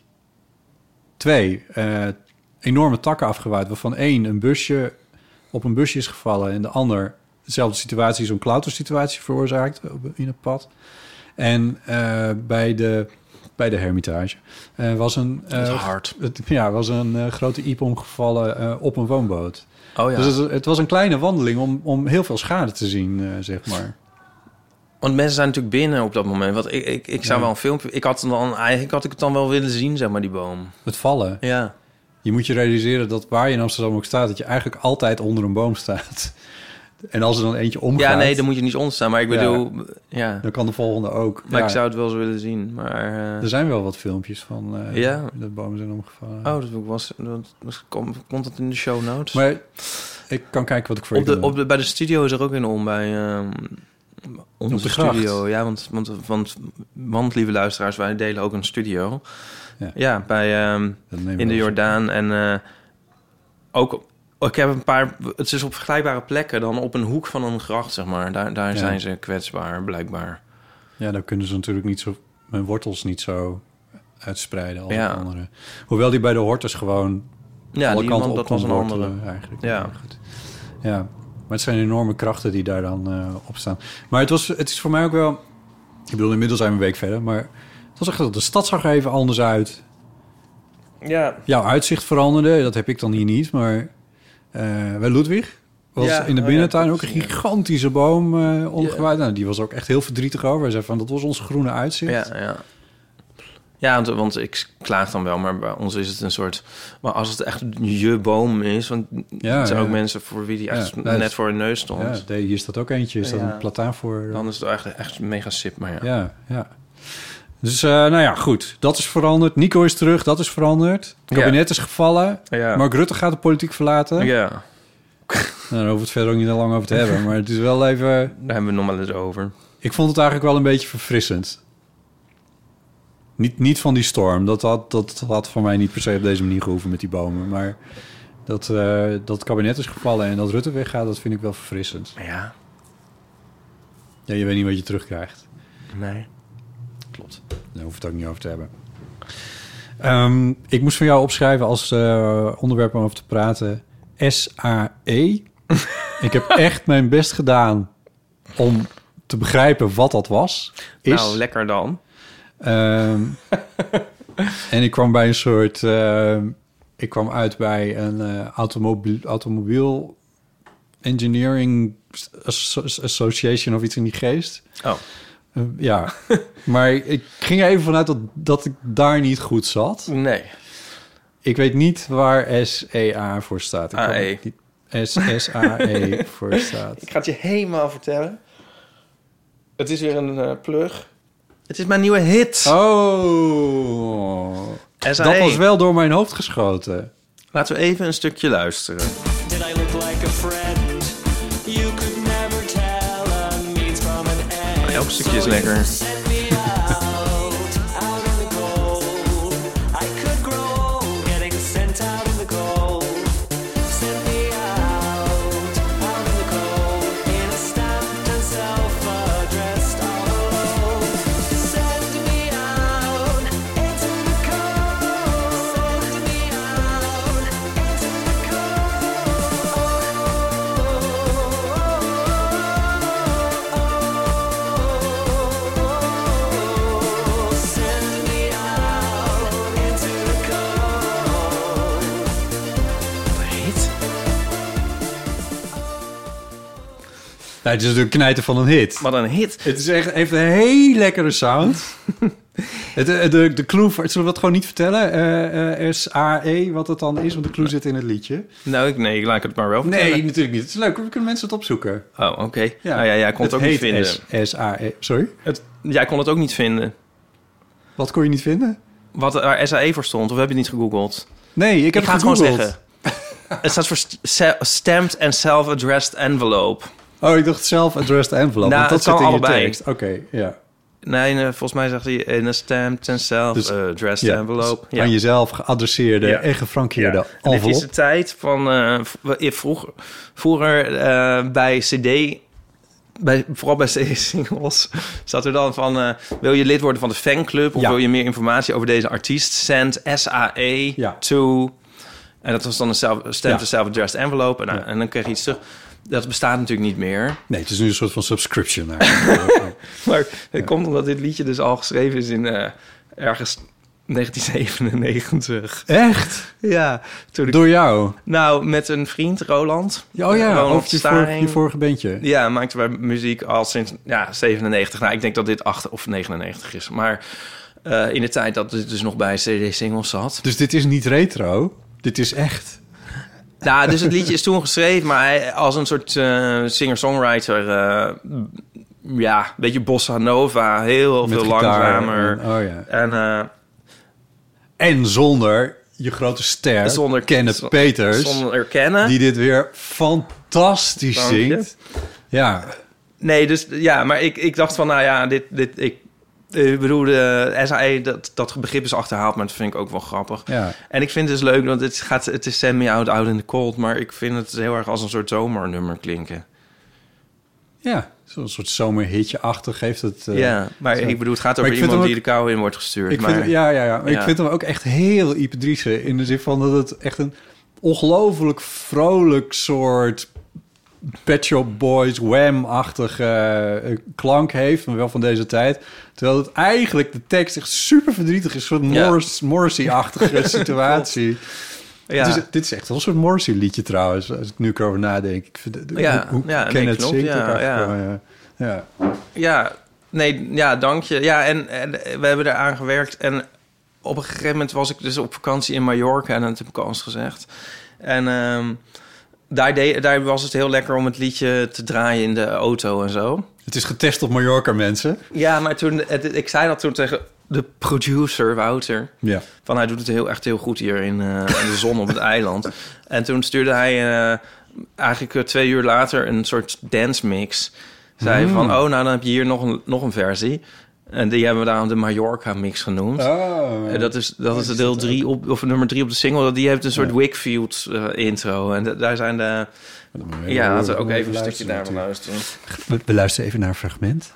twee eh, enorme takken afgewaaid, waarvan één een busje op een busje is gevallen en de ander dezelfde situatie, zo'n klautersituatie veroorzaakt op- in het pad. En eh, bij de bij de Hermitage eh, was een Dat is eh, hard. het, ja, was een eh, grote iep omgevallen eh, op een woonboot. Oh ja. Dus het, het was een kleine wandeling om, om heel veel schade te zien, eh, zeg maar. Want mensen zijn natuurlijk binnen op dat moment. Want ik, ik, ik zou Ja. wel een filmpje... Ik had het dan, eigenlijk had ik het dan wel willen zien, zeg maar, die boom. Het vallen. Ja. Je moet je realiseren dat waar je in Amsterdam ook staat, dat je eigenlijk altijd onder een boom staat. En als er dan eentje omgaat, Ja, nee, dan moet je niet onder staan. Maar ik Ja. bedoel... Ja. dan kan de volgende ook. Maar Ja, ik zou het wel eens willen zien. Maar... eh, Er zijn wel wat filmpjes van eh Ja? dat bomen zijn omgevallen. Oh, dat was... Dat, was- kom- komt dat in de show notes? Maar ik kan kijken wat ik voor op je de, kan doen. op de, bij de studio is er ook een om bij... ehm onze Op de gracht. studio. Ja, want, want, want, want, lieve luisteraars, wij delen ook een studio. Ja. Ja, bij... ehm, Dat nemen we in de wel. Jordaan. En eh, ook... Ik heb een paar... Het is op vergelijkbare plekken dan op een hoek van een gracht, zeg maar. Daar, daar Ja. zijn ze kwetsbaar, blijkbaar. Ja, dan kunnen ze natuurlijk niet zo, hun wortels niet zo uitspreiden als Ja. de andere. Hoewel die bij de hortus gewoon Ja, alle die kanten man, op dat was kon een andere. wortelen, eigenlijk. Ja. Maar goed. Ja, maar het zijn enorme krachten die daar dan eh, op staan. Maar het, was, het is voor mij ook wel... Ik bedoel, inmiddels zijn we een week verder, maar het was echt dat de stad zag er even anders uit. Ja. Jouw uitzicht veranderde, dat heb ik dan hier niet, maar eh bij Ludwig was Ja, in de oh binnentuin ja, ook een precies, ja. gigantische boom eh, omgewaaid. Nou, die was ook echt heel verdrietig over. Hij zei van, dat was ons groene uitzicht. Ja, ja. Ja, want, want ik klaag dan wel, maar bij ons is het een soort... Maar als het echt je boom is... Want Ja, er zijn ook ja. mensen voor wie die echt Ja, nee, net voor hun neus stond. Ja, nee, hier staat ook eentje. Er staat Ja. een plataan voor. Dan is het echt, echt mega sip, maar ja. Ja, ja. Dus, eh, nou ja, goed. Dat is veranderd. Nico is terug. Dat is veranderd. Het kabinet is gevallen. Ja. Mark Rutte gaat de politiek verlaten. Ja, Nou, daar hoeven we het verder ook niet te lang over te hebben. Maar het is wel even... daar hebben we het nog wel eens over. Ik vond het eigenlijk wel een beetje verfrissend. Niet, niet van die storm. Dat had, dat had voor mij niet per se op deze manier gehoeven met die bomen. Maar dat, eh, dat het kabinet is gevallen en dat Rutte weggaat, dat vind ik wel verfrissend. Maar ja, Ja, je weet niet wat je terugkrijgt. nee. Klopt. Daar hoef je het ook niet over te hebben. Ehm, ik moest van jou opschrijven als eh, onderwerp om over te praten. S A E. Ik heb echt mijn best gedaan om te begrijpen wat dat was. Is. Nou, lekker dan. Ehm, en ik kwam bij een soort... ehm, ik kwam uit bij een eh, automobiel, automobiel Engineering Asso- Association of iets in die geest. Oh, Uh, ja, maar ik ging er even vanuit dat, dat ik daar niet goed zat. nee. Ik weet niet waar S E A voor staat. Ik kan A E. niet- S S A E voor staat. Ik ga het je helemaal vertellen. Het is weer een uh, plug. Het is mijn nieuwe hit. Oh, S A E. dat was wel door mijn hoofd geschoten. Laten we even een stukje luisteren. Did I look like a friend? You could never tell a means from an end. Elk stukje is lekker. Send me out, out in the cold. I could grow, getting sent out in the cold. Send me out, out in the cold. In a stamped and self-addressed envelope. Send me out into the cold. Send me out into the cold. Send me out into the cold. Hit? Nou, het is natuurlijk knijten van een hit. Wat een hit. Het is echt, heeft een heel lekkere sound. Het, de, de, de clue, voor- zullen we dat gewoon niet vertellen? Eh, eh, S A E, wat het dan is, want de clue zit in het liedje. Nou, ik, nee, ik laat het maar wel vertellen. Nee, natuurlijk niet. Het is leuk, we kunnen mensen het opzoeken. Oh, oké. Ja. Nou ja, jij kon het, ook niet vinden. S A E. Sorry? Het, jij kon het ook niet vinden. Wat kon je niet vinden? Wat waar S A E voor stond, of heb je het niet gegoogeld? Nee, ik heb ik ga het het gewoon gegoogeld. zeggen. Het staat voor st- se- Stamped and Self-Addressed Envelope. Oh, ik dacht self-addressed envelope. Nou, want dat het kan zit in allebei. je tekst. Oké, ja. Nee, nee, volgens mij zegt hij in een Stamped and Self-Addressed Ja, Envelope. dus aan jezelf geadresseerde Ja. en gefrankeerde En dit is envelop. de tijd van... eh, v- vroeger, vroeger eh, bij cd... Bij, vooral bij cd-singles zat er dan van... eh, wil je lid worden van de fanclub... of Ja. wil je meer informatie over deze artiest? Send S A E Ja. to... En dat was dan een self, stamped Ja. self-addressed envelope. En, Ja. en dan kreeg je iets terug. Dat bestaat natuurlijk niet meer. Nee, het is nu een soort van subscription. Naar. Maar het komt omdat dit liedje dus al geschreven is in eh, ergens negentien zevenennegentig. Echt? Ja. Toen ik, Door jou? nou, met een vriend, Roland. Oh ja, Roland over je, vor, Staring. je vorige bandje. Ja, maakten wij muziek al sinds ja, zevenennegentig. Nou, ik denk dat dit acht of negenennegentig is. Maar uh, in de tijd dat het dus nog bij C D-singles zat. Dus dit is niet retro? Dit is echt? Nou, dus het liedje is toen geschreven, maar hij, als een soort uh, singer-songwriter... Uh, ja, een beetje bossa nova, heel Met veel gitaar langzamer. En, oh ja. En, uh, en zonder je grote ster, zonder Kenneth z- Peters... Zonder erkennen. die dit weer fantastisch Dank je. zingt. Ja, Nee, dus ja, maar ik, ik dacht van, nou ja, dit... dit ik, ik bedoel, de S A E, dat, dat begrip is achterhaald, maar dat vind ik ook wel grappig. ja. En ik vind het dus leuk, want het, gaat, het is Send Me Out, Out in the Cold... maar ik vind het heel erg als een soort zomernummer klinken. Ja, zo'n soort zomerhitje-achtig heeft het... uh, ja, maar zo. ik bedoel, het gaat Maar over ik vind iemand hem die de kou in wordt gestuurd. Ik maar, vind, hem- ja, ja, ja. Maar Ja. ik vind hem ook echt heel Ipe Driessen. In de zin van dat het echt een ongelooflijk vrolijk soort Pet Shop Boys, Wham-achtige eh, klank heeft. Maar wel van deze tijd. Terwijl het eigenlijk de tekst echt super verdrietig is. Een soort Ja. Morris, Morrissey-achtige situatie. ja. Het is, dit is echt wel een soort Morrissey-liedje trouwens. Als ik nu erover nadenk. Ik vind, Ja, hoe, hoe ja, Ken nee, het klopt, zingt ja, ook echt ja. wel, ja. Ja. Ja, nee, ja, dank je. Ja, en, en we hebben eraan gewerkt. En op een gegeven moment was ik dus op vakantie in Mallorca. En dat heb ik al eens gezegd. En um, daar, deed, daar was het heel lekker om het liedje te draaien in de auto en zo. Het is getest op Mallorca, mensen. Ja, maar toen, het, ik zei dat toen tegen de producer, Wouter. Ja. Van hij doet het heel, echt heel goed hier in, uh, in de zon op het eiland. En toen stuurde hij uh, eigenlijk uh, twee uur later een soort dance mix. Zei Mm. van, oh, nou dan heb je hier nog een, nog een versie. En die hebben we daar de Mallorca mix genoemd. Oh. En dat is, dat is de deel drie op, of nummer drie op de single. Die heeft een soort Ja. Wakefield uh, intro. En d- daar zijn de... Ja, laten we ook even een stukje naar luisteren. We, we luisteren even naar een fragment.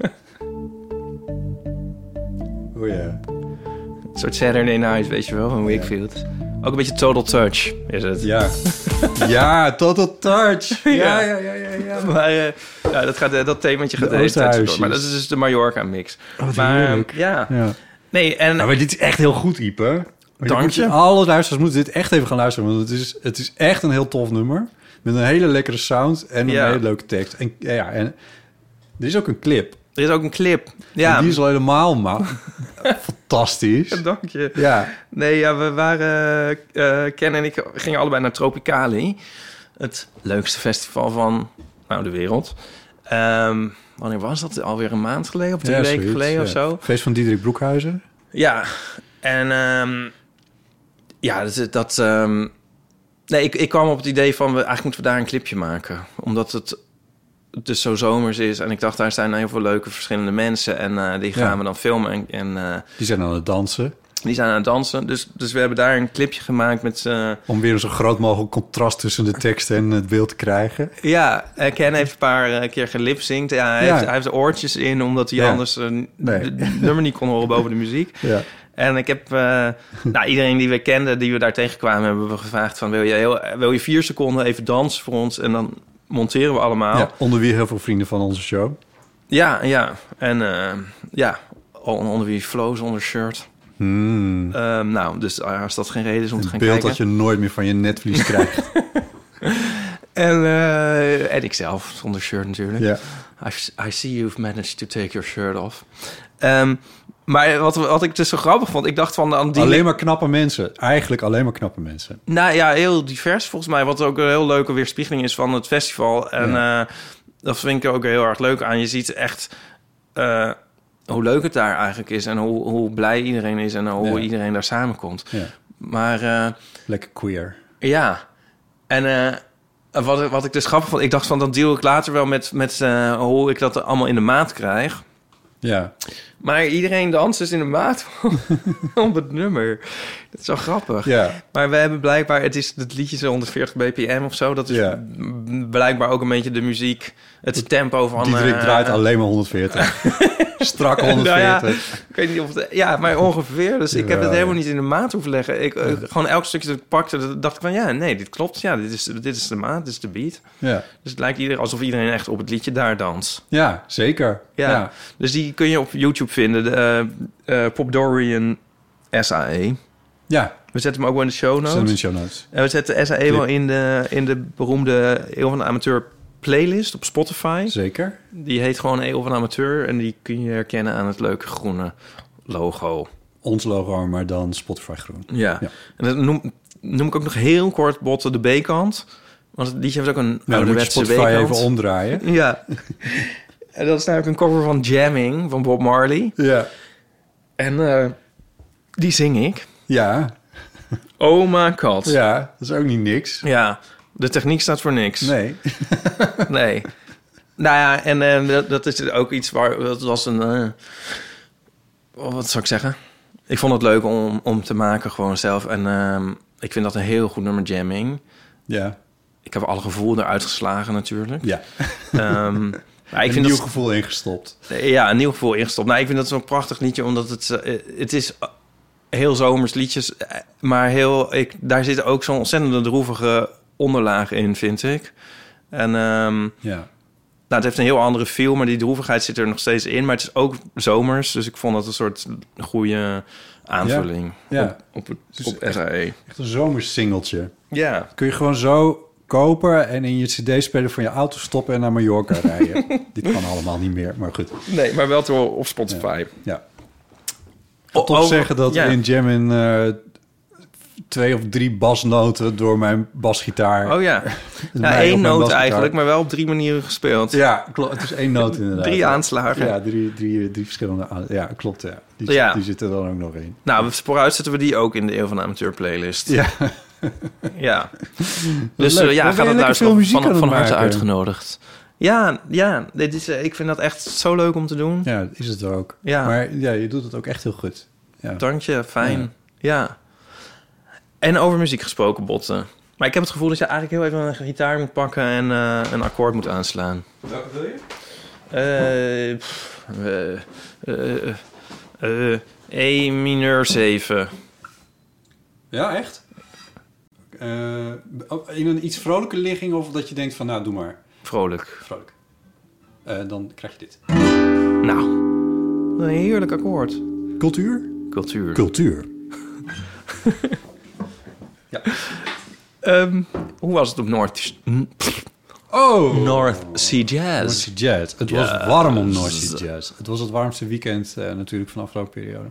Oh ja. Een soort Saturday Night, weet je wel, van Wakefield. Ook een beetje Total Touch is het. Ja. Ja, Total Touch. Ja, Ja. ja, ja, ja. ja. Maar uh, ja, dat, gaat, dat themaatje gaat De de hele tijd zo door. Oosterhuisjes. Maar dat is dus de Mallorca mix. Oh, wat maar heerlijk. ja, Ja. nee, en Nou, maar dit is echt heel goed, Ipe. Dank je. Alle luisteraars moeten dit echt even gaan luisteren. Want het is, het is echt een heel tof nummer. Met een hele lekkere sound en een Ja. hele leuke tekst. En, ja, en er is ook een clip. er is ook een clip. En Ja, die is al helemaal ma- fantastisch. dank je. Ja. Nee, ja, we waren... uh, Ken en ik gingen allebei naar Tropicali. Het leukste festival van nou, de wereld. Um, wanneer was dat? Alweer een maand geleden of twee Ja, weken zoiets, geleden ja. of zo? Feest van Diederik Broekhuizen. Ja, en um, ja, dat... dat um, nee, ik, ik kwam op het idee van... We, eigenlijk moeten we daar een clipje maken. Omdat het dus zo zomers is. En ik dacht, daar zijn heel veel leuke verschillende mensen. En uh, die gaan Ja. we dan filmen. En, en uh, Die zijn aan het dansen. die zijn aan het dansen. Dus, dus we hebben daar een clipje gemaakt met... Uh, Om weer een zo groot mogelijk contrast tussen de tekst en het beeld te krijgen. ja, uh, Ken heeft een paar uh, keer gelipzinkt. Ja, hij, Ja. Heeft, hij heeft de oortjes in, omdat hij Ja. anders uh, Nee. de, de nummer niet kon horen boven de muziek. Ja. En ik heb, uh, nou, iedereen die we kenden, die we daar tegenkwamen, hebben we gevraagd van, wil je, heel, wil je vier seconden even dansen voor ons? En dan monteren we allemaal. Ja, onder wie heel veel vrienden van onze show. Ja, ja. En uh, ja, onder wie Flo zonder shirt. Hmm. Um, nou, dus als dat geen reden is om te Een gaan beeld kijken. dat je nooit meer van je netvlies krijgt. En, uh, en ikzelf, zonder shirt natuurlijk. Ja. I, I see you've managed to take your shirt off. Um, maar wat, wat ik dus zo grappig vond, ik dacht van... aan die Alleen maar knappe mensen. Eigenlijk alleen maar knappe mensen. Nou ja, heel divers volgens mij. Wat ook een heel leuke weerspiegeling is van het festival. En ja. uh, dat vind ik ook heel erg leuk aan. Je ziet echt uh, hoe leuk het daar eigenlijk is. En hoe, hoe blij iedereen is. En hoe ja. iedereen daar samenkomt. Ja. Maar... Uh, lekker queer. Ja. En... Uh, Wat, wat ik dus grappig vond, ik dacht van, dan deal ik later wel met, met uh, hoe ik dat allemaal in de maat krijg. Ja. Maar iedereen danst dus in de maat op het nummer. Dat is zo grappig. Ja. Maar we hebben blijkbaar, het is het liedje zo honderdveertig bpm of zo. Dat is ja. blijkbaar ook een beetje de muziek, het tempo van... Diederik uh, draait alleen maar honderdveertig. Strak honderdveertig. Nou ja, ik weet niet of het, ja, maar ongeveer. Dus ik heb het helemaal niet in de maat hoeven leggen. Ik, uh, gewoon elk stukje dat ik pakte, dacht ik van... ja, nee, dit klopt. Ja, dit is, dit is de maat, dit is de beat. Ja. Dus het lijkt iedereen alsof iedereen echt op het liedje daar danst. Ja, zeker. Ja, ja. Dus die kun je op YouTube vinden. De, uh, uh, Pop Dorian S A E. Ja. We zetten hem ook wel in de show notes. Zet hem in de show notes. En we zetten S A E Clip. wel in de, in de beroemde Eeuw van de Amateur playlist op Spotify. Zeker. Die heet gewoon Eeuw van de Amateur. En die kun je herkennen aan het leuke groene logo. Ons logo, maar dan Spotify groen. Ja. ja. En dat noem, noem ik ook nog heel kort botten de B-kant. Want het liedje heeft ook een nou, ouderwetse B-kant. Spotify B-kant. even omdraaien. Ja. En dat is namelijk een cover van Jamming van Bob Marley. Ja. En uh, die zing ik. Ja. Oh my god. Ja, dat is ook niet niks. Ja, de techniek staat voor niks. Nee. Nee. Nou ja, en uh, dat, dat is ook iets waar... Dat was een... Uh, wat zou ik zeggen? Ik vond het leuk om, om te maken gewoon zelf. En uh, ik vind dat een heel goed nummer, Jamming. Ja. Ik heb alle gevoel eruit geslagen natuurlijk. Ja. Um, maar ik een vind nieuw dat, gevoel ingestopt. Ja, een nieuw gevoel ingestopt. Nou, ik vind dat zo'n prachtig liedje, omdat het... Uh, het is heel zomers liedjes, maar heel... Ik, daar zit ook zo'n ontzettende droevige onderlaag in, vind ik. En... Um, ja. Nou, het heeft een heel andere feel, maar die droevigheid zit er nog steeds in. Maar het is ook zomers, dus ik vond dat een soort goede aanvulling ja. op, op, op, dus op S A E. Echt, echt een zomersingeltje. Ja. Kun je gewoon zo kopen en in je cd-speler van je auto stoppen en naar Mallorca rijden. Dit kan allemaal niet meer, maar goed. Nee, maar wel door op Spotify. Ja. ja. Ik wil toch over, zeggen dat ja. in Jammin uh, twee of drie basnoten door mijn basgitaar... Oh ja, ja één noot basgitaar. Eigenlijk, maar wel op drie manieren gespeeld. Ja, klopt. Het is één noot inderdaad. Drie aanslagen. Ja, drie, drie, drie verschillende aanslagen. Ja, klopt. Ja. Die, ja. die zitten er dan ook nog in. Nou, vooruit zetten we die ook in de Eeuw van de Amateur playlist. Ja. Ja. Dus uh, ja, ga dat luisteren. Van, van harte uitgenodigd. Ja, ja dit is, ik vind dat echt zo leuk om te doen. Ja, is het ook. Ja. Maar ja, je doet het ook echt heel goed. Ja. Dank je, fijn. Ja. ja. En over muziek gesproken, Botten. Maar ik heb het gevoel dat je eigenlijk heel even een gitaar moet pakken en uh, een akkoord moet aanslaan. Welke wil je? Uh, pff, uh, uh, uh, E mineur zeven. Ja, echt? Uh, in een iets vrolijke ligging of dat je denkt van, nou, doe maar. Vrolijk. Vrolijk. Uh, dan krijg je dit. Nou, een heerlijk akkoord. Cultuur? Cultuur. Cultuur. Ja. Um, hoe was het op North... Oh! North Sea Jazz. North Sea Jazz. Het was yes. warm op North Sea Jazz. Het was het warmste weekend uh, natuurlijk van de afgelopen periode.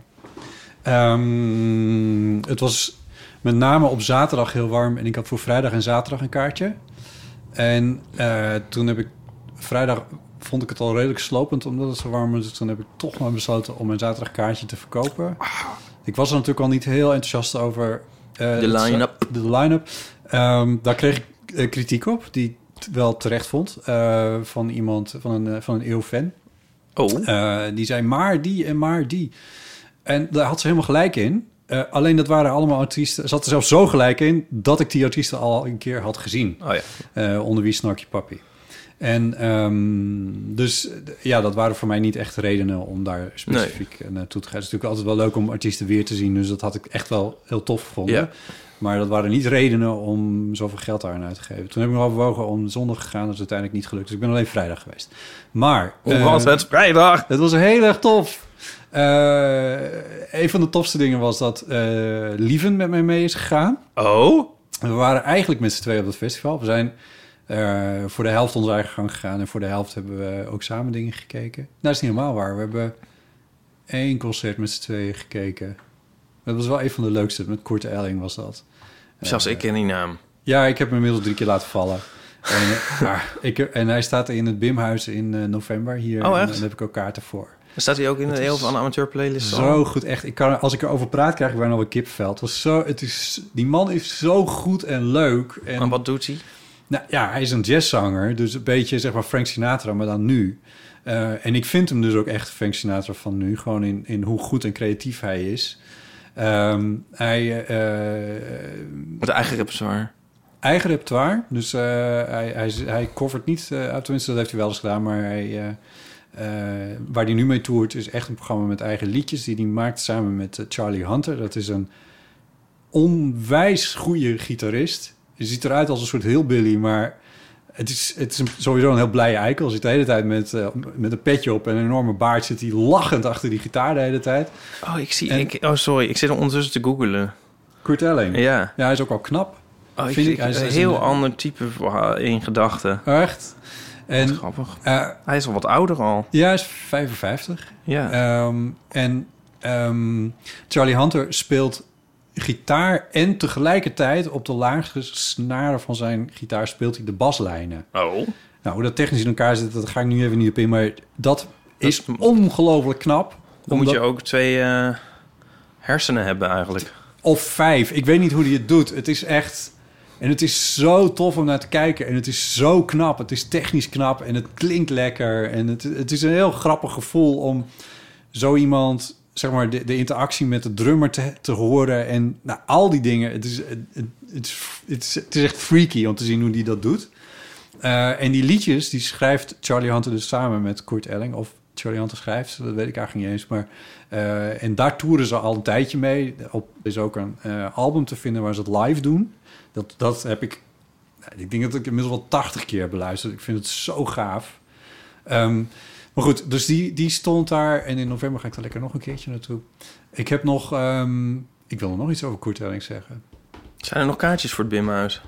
Um, het was met name op zaterdag heel warm. En ik had voor vrijdag en zaterdag een kaartje. En uh, toen heb ik... Vrijdag vond ik het al redelijk slopend omdat het zo warm was. Dus toen heb ik toch maar besloten om mijn zaterdag kaartje te verkopen. Ik was er natuurlijk al niet heel enthousiast over... Uh, de line-up. De line-up. Um, daar kreeg ik uh, kritiek op, die t- wel terecht vond. Uh, van iemand, van een, uh, van een eeuwfan. Oh. Uh, die zei, maar die en maar die. En daar had ze helemaal gelijk in. Uh, alleen dat waren allemaal artiesten. Ze had er zelfs zo gelijk in dat ik die artiesten al een keer had gezien. Oh ja. Uh, onder wie Snarky Puppy. En um, dus ja, dat waren voor mij niet echt redenen om daar specifiek nee. naartoe te gaan. Het is natuurlijk altijd wel leuk om artiesten weer te zien. Dus dat had ik echt wel heel tof gevonden. Ja. Maar dat waren niet redenen om zoveel geld daarin uit te geven. Toen heb ik nog overwogen om zondag te gaan. Dat is uiteindelijk niet gelukt. Dus ik ben alleen vrijdag geweest. Maar... Hoe uh, was het? Vrijdag? Het was heel erg tof. Uh, een van de tofste dingen was dat uh, Lieven met mij mee is gegaan. Oh? We waren eigenlijk met z'n tweeën op dat festival. We zijn... uh, voor de helft onze eigen gang gegaan. En voor de helft hebben we ook samen dingen gekeken. Nou, dat is niet helemaal waar. We hebben één concert met z'n tweeën gekeken. Dat was wel een van de leukste. Met Kurt Elling was dat. Zelfs Uh, ik ken die naam. Ja, ik heb hem inmiddels drie keer laten vallen. En, uh, maar ik, en hij staat in het Bimhuis in uh, november hier. Oh, echt? En daar heb ik ook kaarten voor. Staat hij ook in de Het heel is van de amateur playlist? Zo goed, echt. Ik kan, als ik erover praat, krijg ik bijna wel een kippenvel. Het was zo, het is, die man is zo goed en leuk. En, En wat doet hij? Nou ja, hij is een jazzzanger. Dus een beetje, zeg maar, Frank Sinatra, maar dan nu. Uh, en ik vind hem dus ook echt Frank Sinatra van nu. Gewoon in, in hoe goed en creatief hij is. Um, hij... Uh, Met eigen repertoire. Eigen repertoire. Dus uh, hij, hij, hij covert niet... Uh, tenminste, dat heeft hij wel eens gedaan, maar hij... Uh, Uh, waar hij nu mee toert is echt een programma met eigen liedjes die hij maakt samen met uh, Charlie Hunter. Dat is een onwijs goede gitarist. Hij ziet eruit als een soort hillbilly, maar het is, het is een, sowieso een heel blije eikel. Hij zit de hele tijd met, uh, met een petje op en een enorme baard zit hij lachend achter die gitaar de hele tijd. Oh, ik zie... En, ik, oh, sorry. Ik zit hem ondertussen te googlen. Kurt Elling. Ja. Ja, hij is ook wel knap. Oh, ik vind zie ik. Hij is een is heel een, ander type in gedachten. Echt? En, Wat grappig. Uh, hij is al wat ouder al. Ja, hij is vijfenvijftig. Ja. Um, en um, Charlie Hunter speelt gitaar en tegelijkertijd op de laagste snaren van zijn gitaar speelt hij de baslijnen. Oh. Nou, hoe dat technisch in elkaar zit, dat ga ik nu even niet op in, maar dat is dat, ongelooflijk knap. Dan omdat, moet je ook twee uh, hersenen hebben eigenlijk. Of vijf. Ik weet niet hoe hij het doet. Het is echt... En het is zo tof om naar te kijken. En het is zo knap. Het is technisch knap. En het klinkt lekker. En het, het is een heel grappig gevoel om zo iemand... zeg maar, de, de interactie met de drummer te, te horen. En nou, al die dingen. Het is, het, het, het, is, het, is, het is echt freaky om te zien hoe die dat doet. Uh, en die liedjes, die schrijft Charlie Hunter dus samen met Kurt Elling. Of Charlie Hunter schrijft, dat weet ik eigenlijk niet eens. Maar, uh, en daar toeren ze al een tijdje mee. Op is ook een uh, album te vinden waar ze het live doen. Dat, dat heb ik... Ik denk dat ik inmiddels wel tachtig keer heb beluisterd. Ik vind het zo gaaf. Um, maar goed, dus die, die stond daar. En in november ga ik er lekker nog een keertje naartoe. Ik heb nog... Um, ik wil nog iets over Kurt Elling zeggen. Zijn er nog kaartjes voor het Bimhuis?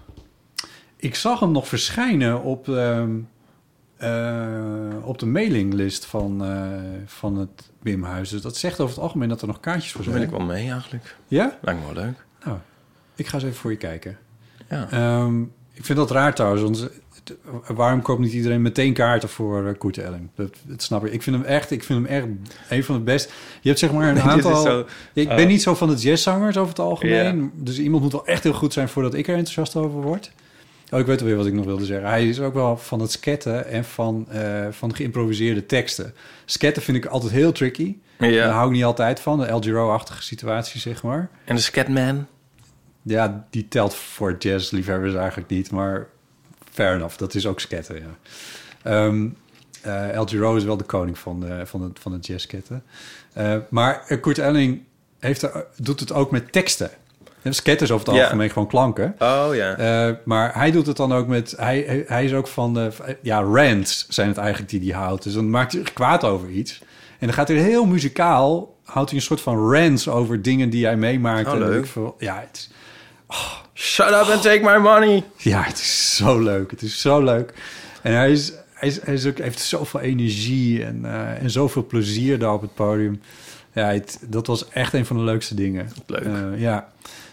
Ik zag hem nog verschijnen op, um, uh, op de mailinglist van, uh, van het Bimhuis. Dus dat zegt over het algemeen dat er nog kaartjes voor zijn. Daar wil ik wel mee eigenlijk. Ja? Lijkt me wel leuk. Nou, ik ga eens even voor je kijken. Ja. Um, ik vind dat raar trouwens, want waarom koopt niet iedereen meteen kaarten voor uh, Kurt Elling? Dat, dat snap ik. Ik vind hem echt, ik vind hem echt een van de best. Je hebt zeg maar een aantal... Zo, ik ben uh, niet zo van de jazzzangers over het algemeen. Yeah. Dus iemand moet wel echt heel goed zijn voordat ik er enthousiast over word. Oh, ik weet alweer wat ik nog wilde zeggen. Hij is ook wel van het sketten en van, uh, van geïmproviseerde teksten. Sketten vind ik altijd heel tricky. Ja. Daar hou ik niet altijd van. De El Giro-achtige situatie, zeg maar. En de Scatman? Ja, die telt voor jazzliefhebbers eigenlijk niet, maar fair enough. Dat is ook sketten, ja. Um, uh, El Giro is wel de koning van, de, van, het, van het jazzsketten. Uh, maar Kurt Elling heeft er, doet het ook met teksten. Sketten is over het algemeen yeah. gewoon klanken. Oh ja. Uh, maar hij doet het dan ook met... Hij, hij is ook van... De, ja, rants zijn het eigenlijk die hij houdt. Dus dan maakt hij zich kwaad over iets. En dan gaat hij heel muzikaal... houdt hij een soort van rants over dingen die hij meemaakt. Oh, en leuk. Veel, ja, het is... Oh, shut up and take my money. Ja, het is zo leuk. Het is zo leuk. En hij, is, hij, is, hij is ook, heeft zoveel energie en, uh, en zoveel plezier daar op het podium. Ja, het, dat was echt een van de leukste dingen. Leuk. Uh, ja.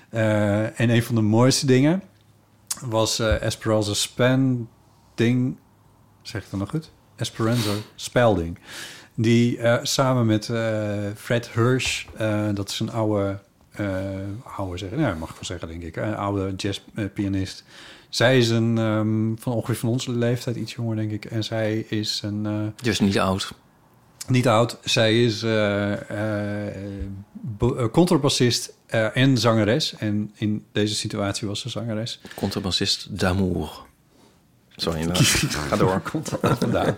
Uh, en een van de mooiste dingen was uh, Esperanza Spalding. Zeg ik dat nog goed? Esperanza Spalding. Die uh, samen met uh, Fred Hirsch, uh, dat is een oude... Uh, oude zeggen, ja, mag ik wel zeggen, denk ik. Een oude jazzpianist. Zij is een um, van ongeveer van onze leeftijd, iets jonger, denk ik. En zij is een... Uh, dus niet oud. Niet oud. Zij is uh, uh, contrabassist uh, en zangeres. En in deze situatie was ze zangeres. Contrabassist d'amour. Sorry, nou, ga door. Komt er vandaan.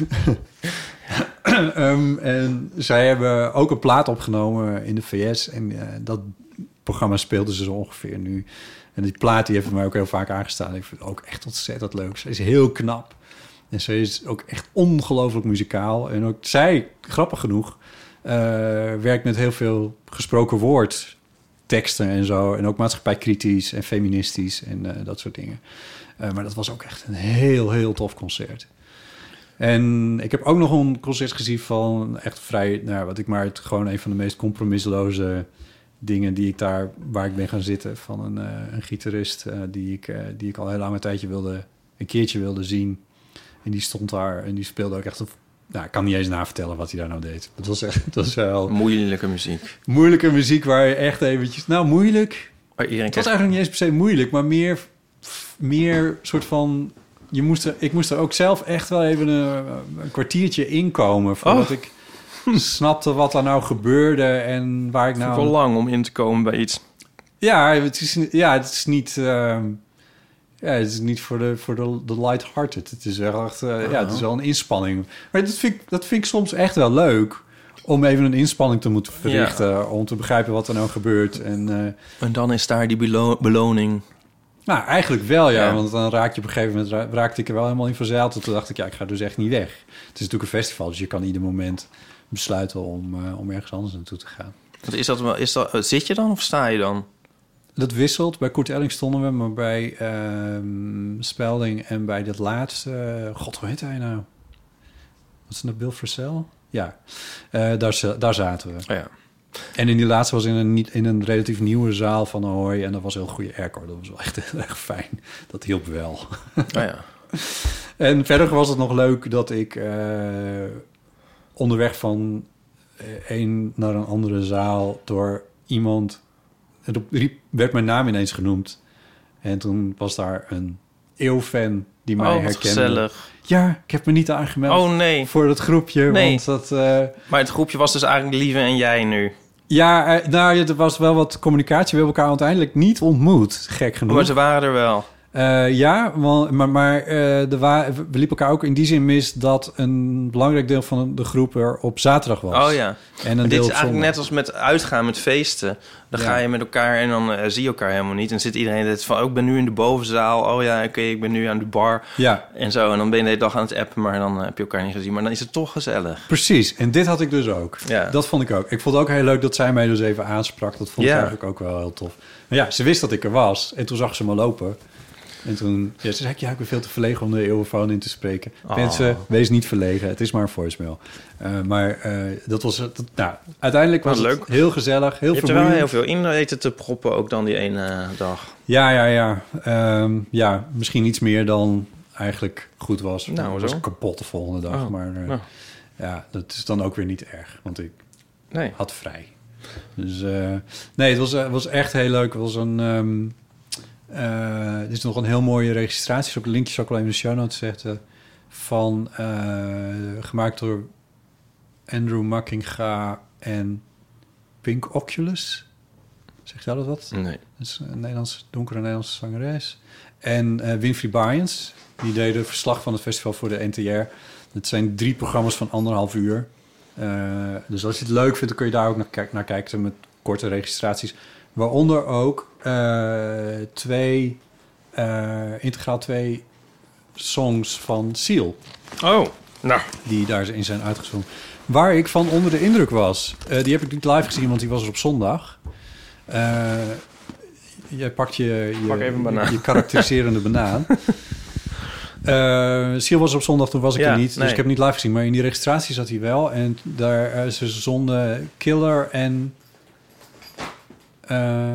um, en zij hebben ook een plaat opgenomen in de V S. En uh, dat programma speelden ze zo ongeveer nu. En die plaat die heeft mij ook heel vaak aangestaan. Ik vind het ook echt ontzettend leuk. Ze is heel knap. En ze is ook echt ongelooflijk muzikaal. En ook zij, grappig genoeg, uh, werkt met heel veel gesproken woord teksten en zo. En ook maatschappijkritisch en feministisch en uh, dat soort dingen. Uh, maar dat was ook echt een heel, heel tof concert. En ik heb ook nog een concert gezien van echt vrij... Nou, wat ik maar het gewoon een van de meest compromisloze dingen die ik daar... waar ik ben gaan zitten van een, uh, een gitarist... Uh, die, ik, uh, die ik al heel lang een tijdje wilde... een keertje wilde zien. En die stond daar en die speelde ook echt... Een, nou, ik kan niet eens navertellen wat hij daar nou deed. Het was echt... Het was wel... Moeilijke muziek. Moeilijke muziek waar je echt eventjes... Nou, moeilijk... Oh, iedereen Het was krijgt... eigenlijk niet eens per se moeilijk, maar meer... meer soort van... Je moest er, ik moest er ook zelf echt wel even een, een kwartiertje inkomen... voordat Oh. ik snapte wat er nou gebeurde en waar ik Het nou... is wel lang om in te komen bij iets. Ja, het is, ja, het is niet... Uh, ja, het is niet voor de, voor de, de light-hearted. Het is wel echt... Uh, Oh. Ja, het is wel een inspanning. Maar dat vind, ik, dat vind ik soms echt wel leuk... om even een inspanning te moeten verrichten... Ja. om te begrijpen wat er nou gebeurt. En, uh, En dan is daar die belo- beloning. nou, eigenlijk wel, ja, Ja. Want dan raak je op een gegeven moment... ra- raakte ik er wel helemaal in verzeild. En toen dacht ik, ja, ik ga dus echt niet weg. Het is natuurlijk een festival, dus je kan ieder moment besluiten... om, uh, om ergens anders naartoe te gaan. Want is dat wel, is dat, zit je dan of sta je dan? Dat wisselt. Bij Koert Elling stonden we, maar bij uh, Spelding en bij dat laatste... Uh, God, hoe heet hij nou? Wat is dat, Bill Frisell? Ja, uh, daar, za- daar zaten we. Oh ja. En in die laatste was in een, niet, in een relatief nieuwe zaal van Ahoy... en dat was heel goede airco. Dat was wel echt heel erg fijn. Dat hielp wel. Oh ja. En verder was het nog leuk dat ik uh, onderweg van een naar een andere zaal... door iemand... Het riep, werd mijn naam ineens genoemd. En toen was daar een eeuwfan die mij Oh, wat herkende. gezellig. Ja, ik heb me niet aangemeld Oh nee. voor dat groepje. Nee. Want dat... Uh, Maar het groepje was dus eigenlijk Lieve en jij nu. ja, uh, nou, er was wel wat communicatie. We hebben elkaar uiteindelijk niet ontmoet. Gek genoeg. Maar ze waren er wel. Uh, ja, want, maar, maar uh, er wa- we liepen elkaar ook in die zin mis... dat een belangrijk deel van de groep er op zaterdag was. Oh ja. En een Maar dit deel is op eigenlijk zondag. net als met uitgaan, met feesten. Dan Ja. ga je met elkaar en dan uh, zie je elkaar helemaal niet. En zit iedereen het van, oh, ik ben nu in de bovenzaal. Oh ja, oké, okay, ik ben nu aan de bar. Ja, En zo. En dan ben je de hele dag aan het appen, maar dan uh, heb je elkaar niet gezien. Maar dan is het toch gezellig. precies. En dit had ik dus ook. Ja. Dat vond ik ook. Ik vond het ook heel leuk dat zij mij dus even aansprak. Dat vond ik Ja. eigenlijk ook wel heel tof. Maar ja, ze wist dat ik er was. En toen zag ze me lopen. En toen ja, ze zei ik, ja, ik ben veel te verlegen om de eeuwenfoon in te spreken. Oh. Mensen, wees niet verlegen. Het is maar een voicemail. Uh, maar uh, dat was... Dat, nou, uiteindelijk was Wat het leuk. heel gezellig, heel Je hebt er wel vermoeiend. heel veel in weten te proppen, ook dan die ene uh, dag. Ja, ja, ja. Um, ja, misschien iets meer dan eigenlijk goed was. Nou, ik was zo. kapot de volgende dag. Oh, Maar uh, nou. ja, dat is dan ook weer niet erg. Want ik Nee. had vrij. Dus uh, nee, het was, uh, was echt heel leuk. Het was een... Um, uh, dit is nog een heel mooie registratie. Ook een linkje zal ik wel even in de show notes zetten. Van, uh, gemaakt door Andrew Mackinga en Pink Oculus. Zegt jou dat wat? Nee. Dat is een Nederlands, donkere Nederlandse zangeres. En uh, Winfried Baaiens, die deed de verslag van het festival voor de N T R. Het zijn drie programma's van anderhalf uur. Uh, dus als je het leuk vindt, dan kun je daar ook naar, kijk, naar kijken met korte registraties. Waaronder ook uh, twee, uh, integraal twee songs van Seal. Oh, nou. Die daarin zijn uitgezongen. Waar ik van onder de indruk was. Uh, die heb ik niet live gezien, want die was er op zondag. Uh, jij pakt je, je, Pak even een banaan. je, je karakteriserende banaan. Uh, Seal was op zondag, toen was ik Ja, er niet. Dus nee. ik heb hem niet live gezien. Maar in die registratie zat hij wel. En daar uh, ze zonden Killer en... Uh,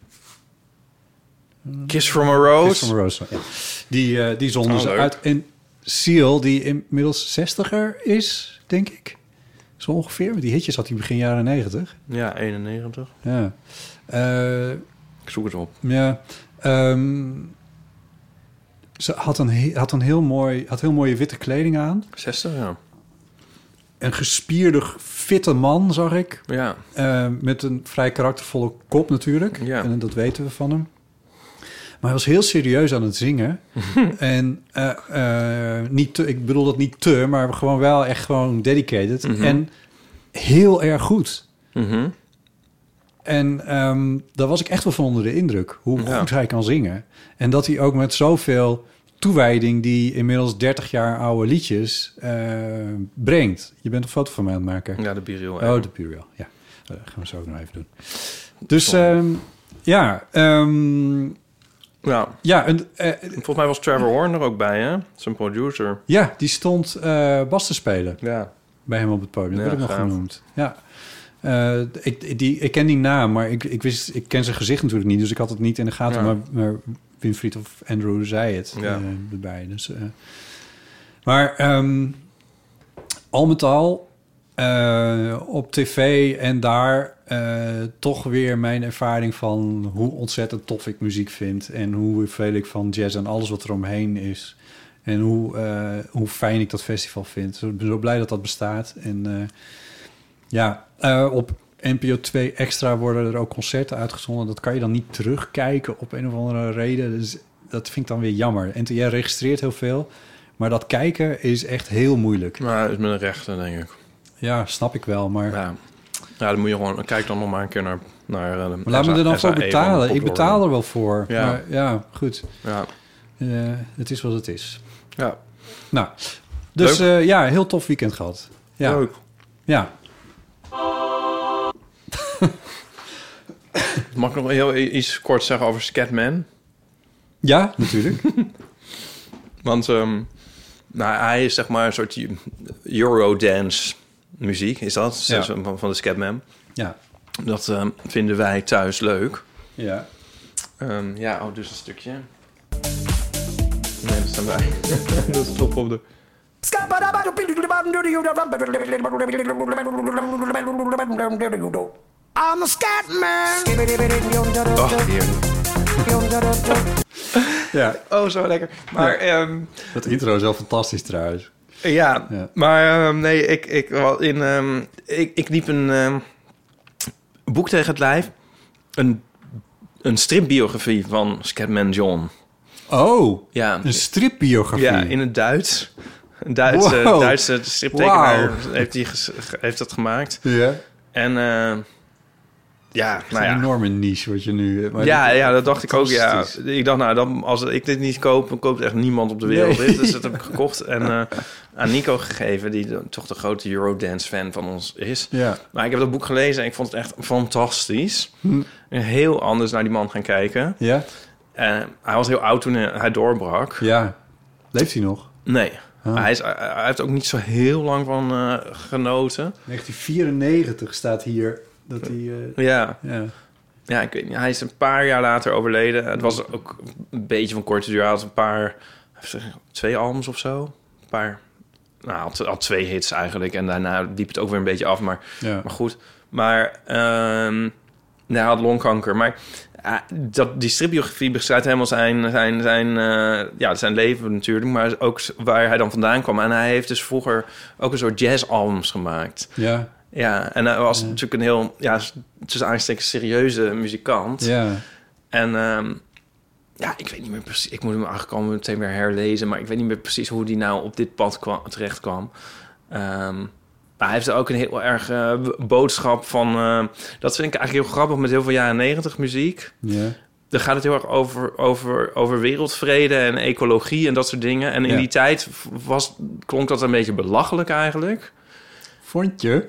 Kiss from a Rose. Kiss from a Rose, ja. Die, uh, die zonden Oh, ze leuk. uit. En Seal, die inmiddels zestiger is, denk ik. Zo ongeveer. Met die hitjes had hij begin jaren negentig. Ja, eenennegentig. Ja. Uh, Ik zoek het op. ja. Um, ze had een, he- had een heel mooi, had heel mooie witte kleding aan. zestig, ja. Een gespierde, fitte man, zag ik. Ja. Uh, met een vrij karaktervolle kop natuurlijk. Ja. En dat weten we van hem. Maar hij was heel serieus aan het zingen. en uh, uh, niet te, ik bedoel dat niet te, maar gewoon wel echt gewoon dedicated. Mhm. En heel erg goed. Mhm. En um, daar was ik echt wel van onder de indruk. Hoe Ja. goed hij kan zingen. En dat hij ook met zoveel toewijding die inmiddels dertig jaar oude liedjes uh, brengt. Je bent een foto van mij aan het maken. Ja, de Biriel. Oh, de Burial, ja. Dat gaan we zo ook nog even doen. Dus um, ja, um, Ja. ja, een, uh, Volgens mij was Trevor Horn er ook bij, hè? Zijn producer. ja, die stond uh, bas te spelen Ja. bij hem op het podium. Dat Ja, werd ik nog gaaf. genoemd. Ja. Uh, ik, die, ik ken die naam, maar ik, ik, wist, ik ken zijn gezicht natuurlijk niet. Dus ik had het niet in de gaten. Ja. Maar, maar Winfried of Andrew zei het Ja. uh, erbij. Dus, uh, maar um, al met al, uh, op tv en daar uh, toch weer mijn ervaring van hoe ontzettend tof ik muziek vind. En hoe veel ik van jazz en alles wat er omheen is. En hoe, uh, hoe fijn ik dat festival vind. Ik ben zo blij dat dat bestaat. En uh, ja, uh, op N P O twee Extra worden er ook concerten uitgezonden. Dat kan je dan niet terugkijken op een of andere reden. Dus dat vind ik dan weer jammer. N T R registreert heel veel. Maar dat kijken is echt heel moeilijk. Maar dat is met een rechter, denk ik. Ja, snap ik wel. Maar, Ja, ja dan moet je gewoon... Kijk dan nog maar een keer naar... naar uh, maar laat me er dan voor betalen. Ik betaal er wel voor. Ja. Maar ja, goed. Ja. Uh, het is wat het is. Ja. Nou, dus uh, ja, heel tof weekend gehad. Ja. Leuk. Ja. Mag ik nog heel iets kort zeggen over Scatman? Ja, natuurlijk. Want um, nou, hij is zeg maar een soort Eurodance muziek, is dat? Ja. Van, van de Scatman. Ja. Dat um, vinden wij thuis leuk. Ja. Um, ja, oh, dus een stukje. Nee, dat staan wij. Dat is top op de... I'm a Scatman. Ach, heerlijk. Ja. Oh, zo lekker. Maar ja. Um, dat intro is wel fantastisch trouwens. ja, Ja. maar um, nee, ik, ik, wel in, um, ik, ik liep een um, boek tegen het lijf. Een, een stripbiografie van Scatman John. Oh, Ja, een stripbiografie. ja, in het Duits. Een Duitse, Wow. Duitse striptekenaar Wow. heeft, die ges, heeft dat gemaakt. Ja. En uh, ja, Nou nou een ja. enorme niche wat je nu... maar Ja, dit- ja, dat dacht ik ook. Ja. fantastisch. Ik dacht, nou, dan, als ik dit niet koop, dan koopt echt niemand op de wereld Nee. dit. Dus dat heb ik gekocht en uh, aan Nico gegeven, die de, toch de grote Eurodance-fan van ons is. Ja. Maar ik heb dat boek gelezen en ik vond het echt fantastisch. Hm. En heel anders naar die man gaan kijken. Ja? En hij was heel oud toen hij doorbrak. Ja. Leeft hij nog? Nee. Ah. Maar hij, is, hij heeft ook niet zo heel lang van uh, genoten. negentien vierennegentig staat hier dat hij... Uh, Ja. ja. Ja, ik weet niet. Hij is een paar jaar later overleden. Het was ook een beetje van korte duur. Hij had een paar... Twee albums of zo. Een paar... Nou, hij had, had twee hits eigenlijk. En daarna liep het ook weer een beetje af. Maar, Ja. maar goed. Maar... Um, nee, hij had longkanker. Maar uh, dat, die stripbiografie beschrijft helemaal zijn, zijn, zijn, uh, ja, zijn leven natuurlijk. Maar ook waar hij dan vandaan kwam. En hij heeft dus vroeger ook een soort jazzalbums gemaakt. Ja. Ja, en hij was Ja. natuurlijk een heel, ja, tussen aanstekens serieuze muzikant. Ja. En um, ja, ik weet niet meer precies, ik moet hem eigenlijk al meteen weer herlezen, maar ik weet niet meer precies hoe die nou op dit pad kwam, terecht kwam. Um, maar hij heeft ook een heel erg uh, boodschap van, uh, dat vind ik eigenlijk heel grappig met heel veel jaren negentig muziek. Ja. Dan gaat het heel erg over, over, over wereldvrede en ecologie en dat soort dingen. En in Ja. die tijd was, klonk dat een beetje belachelijk eigenlijk. Vond je?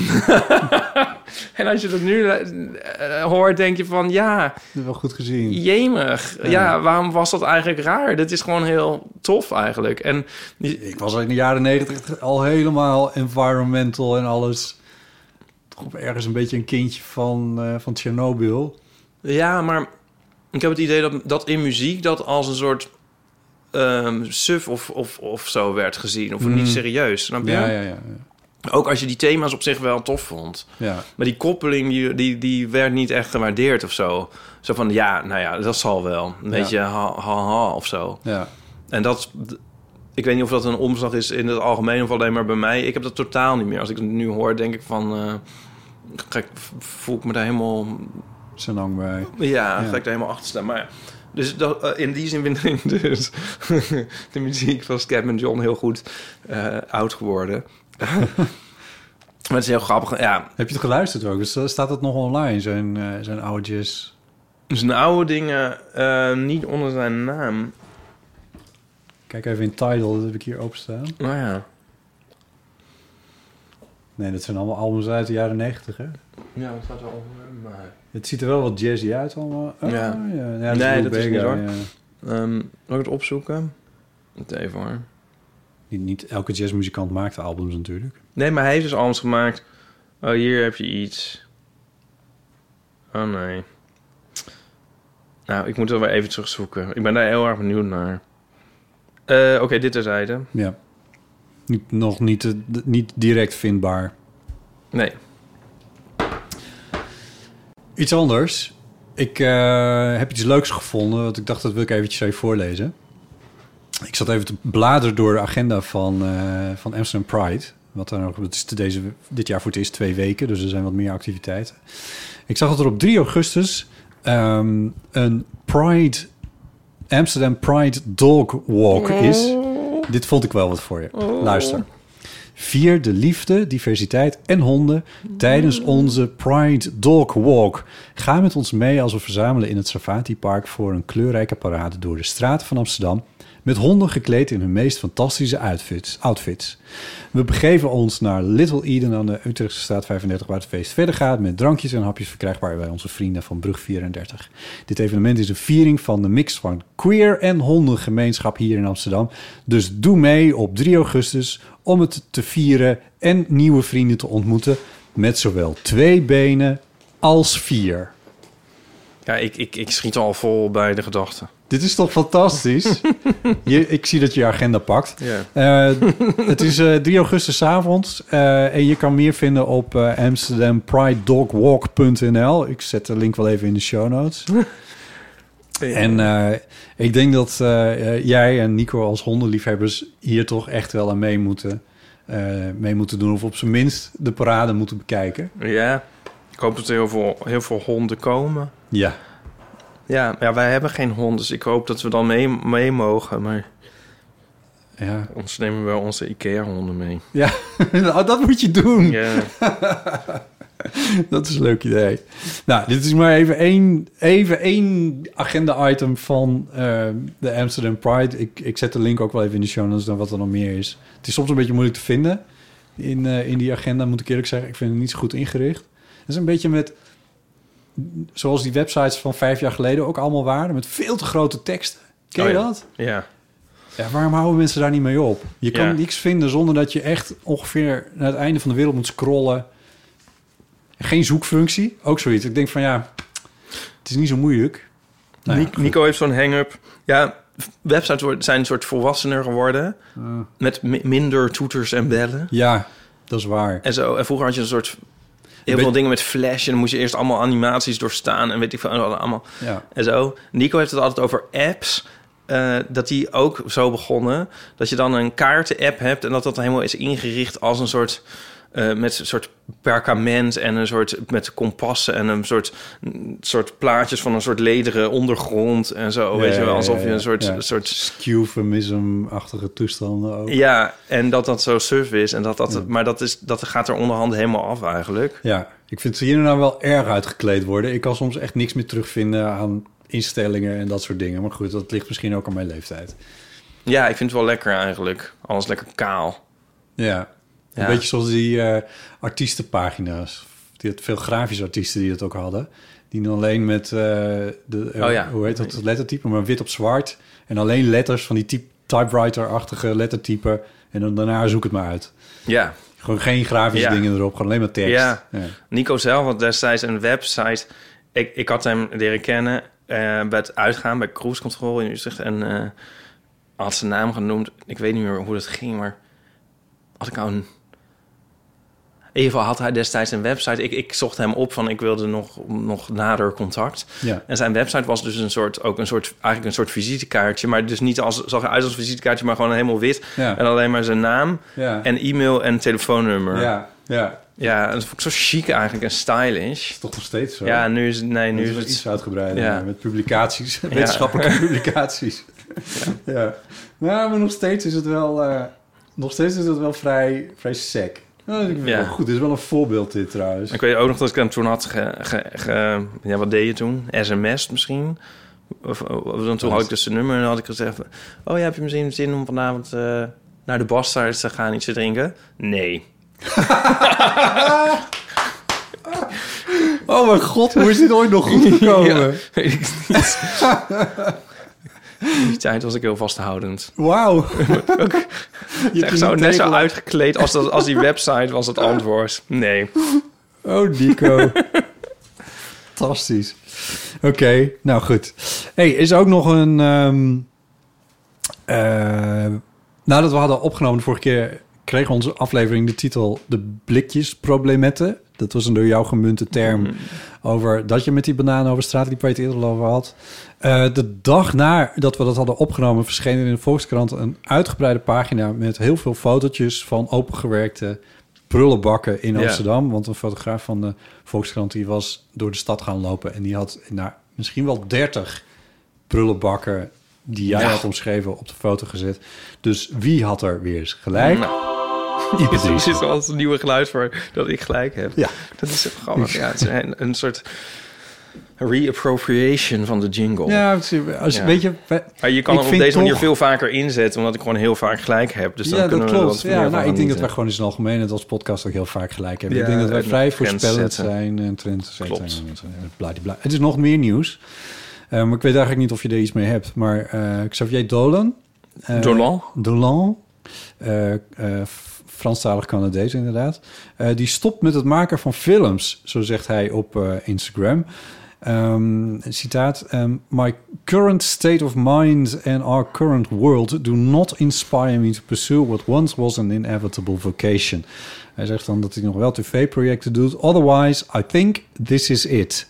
En als je dat nu uh, hoort, denk je van... ja, Dat is wel goed gezien. jemig. Ja. Ja. waarom was dat eigenlijk raar? Dat is gewoon heel tof eigenlijk. En die- Ik was in de jaren negentig al helemaal environmental en alles. Toch op ergens een beetje een kindje van, uh, van Tsjernobyl. ja, maar ik heb het idee dat, dat in muziek... dat als een soort um, suf of, of, of zo werd gezien. Of Mm. niet serieus, snap je? Ja, ja, ja. Ook als je die thema's op zich wel tof vond. Ja. Maar die koppeling, die, die, die werd niet echt gewaardeerd of zo. Zo van, ja, nou ja, dat zal wel. Een Ja. beetje ha, ha, ha of zo. Ja. En dat, ik weet niet of dat een omslag is in het algemeen of alleen maar bij mij. Ik heb dat totaal niet meer. Als ik het nu hoor, denk ik van, uh, ga ik, voel ik me daar helemaal, Zo lang bij. ja, Ja. ga ik daar helemaal achter staan. Maar ja, dus dat, uh, in die zin vind ik dus de muziek van Scatman John heel goed uh, oud geworden. Maar het is heel grappig. Ja, Heb je het geluisterd ook? Dus, uh, staat het nog online, zijn, uh, zijn oude jazz? zijn oude dingen uh, niet onder zijn naam. Kijk even in Tidal, dat heb ik hier openstaan. Nou ja. Nee, dat zijn allemaal albums uit de jaren negentig, hè? Ja, dat gaat wel... Maar... Het ziet er wel wat jazzy uit allemaal. Oh, Ja. ja. ja Nee, Lou dat is niet Bega, hoor. ja. Um, zal ik het opzoeken? Wacht even hoor. Niet, niet elke jazzmuzikant maakt albums natuurlijk. Nee, maar hij heeft dus albums gemaakt. Oh, hier heb je iets. Oh nee. Nou, ik moet er wel even terugzoeken. Ik ben daar heel erg benieuwd naar. Uh, Oké, okay, dit terzijde. Ja. Niet, nog niet, uh, niet direct vindbaar. Nee. Iets anders. Ik uh, heb iets leuks gevonden. Want ik dacht, dat wil ik eventjes even voorlezen. Ik zat even te bladeren door de agenda van, uh, van Amsterdam Pride. Wat dan ook, het is deze, dit jaar voor het eerst twee weken. Dus er zijn wat meer activiteiten. Ik zag dat er op drie augustus... Um, een Pride... Amsterdam Pride Dog Walk is. Dit vond ik wel wat voor je. Luister. Vier de liefde, diversiteit en honden tijdens onze Pride Dog Walk. Ga met ons mee als we verzamelen in het Safati Park voor een kleurrijke parade door de straten van Amsterdam. Met honden gekleed in hun meest fantastische outfits. outfits. We begeven ons naar Little Eden aan de Utrechtse straat vijfendertig... waar het feest verder gaat met drankjes en hapjes verkrijgbaar bij onze vrienden van Brug vierendertig. Dit evenement is een viering van de mix van queer en hondengemeenschap hier in Amsterdam. Dus doe mee op drie augustus om het te vieren en nieuwe vrienden te ontmoeten... met zowel twee benen als vier. Ja, ik, ik, ik schiet al vol bij de gedachte. Dit is toch fantastisch? je, ik zie dat je je agenda pakt. Yeah. Uh, het is uh, drie augustus avonds. Uh, en je kan meer vinden op uh, amsterdam pride dog walk punt n l. Ik zet de link wel even in de show notes. Ja. En uh, ik denk dat uh, jij en Nico als hondenliefhebbers... hier toch echt wel aan mee moeten, uh, mee moeten doen. Of op zijn minst de parade moeten bekijken. Ja, ik hoop dat er heel veel, heel veel honden komen. Ja. Ja, ja, wij hebben geen hond, dus ik hoop dat we dan mee, mee mogen. Maar ja. Ons nemen we wel onze IKEA-honden mee. Ja, dat moet je doen. Ja. Dat is een leuk idee. Nou, dit is maar even één, even één agenda-item van uh, de Amsterdam Pride. Ik, ik zet de link ook wel even in de show notes dan wat er nog meer is. Het is soms een beetje moeilijk te vinden in, uh, in die agenda, moet ik eerlijk zeggen. Ik vind het niet zo goed ingericht. Het is een beetje met... zoals die websites van vijf jaar geleden ook allemaal waren... met veel te grote teksten. Ken je oh, ja. dat? Ja. Ja, waarom houden mensen daar niet mee op? Je kan ja. niks vinden zonder dat je echt ongeveer... naar het einde van de wereld moet scrollen. Geen zoekfunctie, ook zoiets. Ik denk van ja, het is niet zo moeilijk. Nou ja, Nico heeft zo'n hang-up. Ja, websites zijn een soort volwassener geworden... Uh. met mi- minder toeters en bellen. Ja, dat is waar. En, zo, en vroeger had je een soort... heel veel dingen met flash en dan moest je eerst allemaal animaties doorstaan en weet ik veel allemaal ja. en zo. Nico heeft het altijd over apps, uh, dat die ook zo begonnen, dat je dan een kaarten-app hebt en dat dat helemaal is ingericht als een soort uh, met een soort perkament en een soort met kompassen en een soort een soort plaatjes van een soort lederen ondergrond en zo, ja, weet je wel, alsof je een soort ja. soort euphemism-achtige toestanden ook. Ja, en dat dat zo suf is en dat dat, ja. maar dat is dat gaat er onderhand helemaal af eigenlijk. Ja, ik vind ze hier nou wel erg uitgekleed worden. Ik kan soms echt niks meer terugvinden aan instellingen en dat soort dingen. Maar goed, dat ligt misschien ook aan mijn leeftijd. Ja, ik vind het wel lekker eigenlijk. Alles lekker kaal. Ja, een ja. beetje zoals die uh, artiestenpagina's. Die had veel grafische artiesten die dat ook hadden. Die dan alleen met, uh, de, uh, oh ja. hoe heet dat, lettertype, maar wit op zwart. En alleen letters van die type, typewriter-achtige lettertype. En dan daarna zoek het maar uit. Ja. Gewoon geen grafische ja. dingen erop, gewoon alleen maar tekst. Ja. ja. Nico zelf had destijds een website. Ik, ik had hem leren kennen uh, bij het uitgaan bij Cruise Control in Utrecht. En uh, had zijn naam genoemd. Ik weet niet meer hoe dat ging, maar had ik nou een... In ieder geval had hij destijds een website. Ik, ik zocht hem op van ik wilde nog, nog nader contact. Ja. En zijn website was dus een soort, ook een soort, eigenlijk een soort visitekaartje. Maar dus niet als, zag eruit als een visitekaartje, maar gewoon helemaal wit. Ja. En alleen maar zijn naam ja. en e-mail en telefoonnummer. Ja, ja. Ja, dat vond ik zo chic eigenlijk en stylish. Dat is toch nog steeds zo? Ja, nu is het... Nee, nu is, is het het iets uitgebreider. Ja. Met publicaties, ja. wetenschappelijke publicaties. Ja. ja. Nou, maar nog steeds is het wel... Uh, nog steeds is het wel vrij, vrij sec. Nou, ik vind ja. wel goed. Dit is wel een voorbeeld dit trouwens. Ik weet ook nog dat ik hem toen had ge, ge, ge, ja, wat deed je toen? S M S misschien? Of, of dan toen had ik dus zijn nummer en dan had ik gezegd... Oh ja, heb je misschien zin om vanavond uh, naar de Bastards te gaan iets te drinken? Nee. Oh mijn god, hoe is dit ooit nog goed gekomen? Ja, weet ik niet. In die tijd was ik heel vasthoudend. Wauw. Je echt zo, net zo uitgekleed als, dat, als die website was het antwoord. Nee. Oh, Nico. Fantastisch. Oké, okay, nou goed. Hey, is ook nog een... Um, uh, nadat we hadden opgenomen de vorige keer... kreeg onze aflevering de titel De blikjesproblemetten. Dat was een door jou gemunte term... Mm. over dat je met die bananen over straat liep... waar je het eerder al over had. Uh, de dag nadat we dat hadden opgenomen... verscheen er in de Volkskrant een uitgebreide pagina... met heel veel fotootjes van opengewerkte prullenbakken in Amsterdam. Yeah. Want een fotograaf van de Volkskrant... die was door de stad gaan lopen... en die had nou, misschien wel dertig prullenbakken... die jij ja. had omschreven op de foto gezet. Dus wie had er weer eens gelijk? Nou. Er zit wel een nieuwe geluid voor dat ik gelijk heb. Ja. Dat is echt grappig. Ja, het is een, een soort reappropriation van de jingle. Ja, als, ja. weet je... Maar je kan er op deze toch... manier veel vaker inzetten... omdat ik gewoon heel vaak gelijk heb. Dus dan ja, kunnen dat klopt. We dat ja, nou, ik denk dat wij gewoon in zijn algemeen... het als podcast ook heel vaak gelijk hebben. Ja, ik denk dat wij vrij voorspellend zijn... en trends zetten. Bladibla. Het is nog meer nieuws. Uh, maar ik weet eigenlijk niet of je er iets mee hebt. Maar uh, Xavier Dolan... Uh, Dolan? Dolan... Uh, uh, Franstalig Canadees inderdaad. Uh, die stopt met het maken van films, zo zegt hij op uh, Instagram. Um, citaat: um, My current state of mind and our current world do not inspire me to pursue what once was an inevitable vocation. Hij zegt dan dat hij nog wel tv-projecten doet. Otherwise, I think this is it.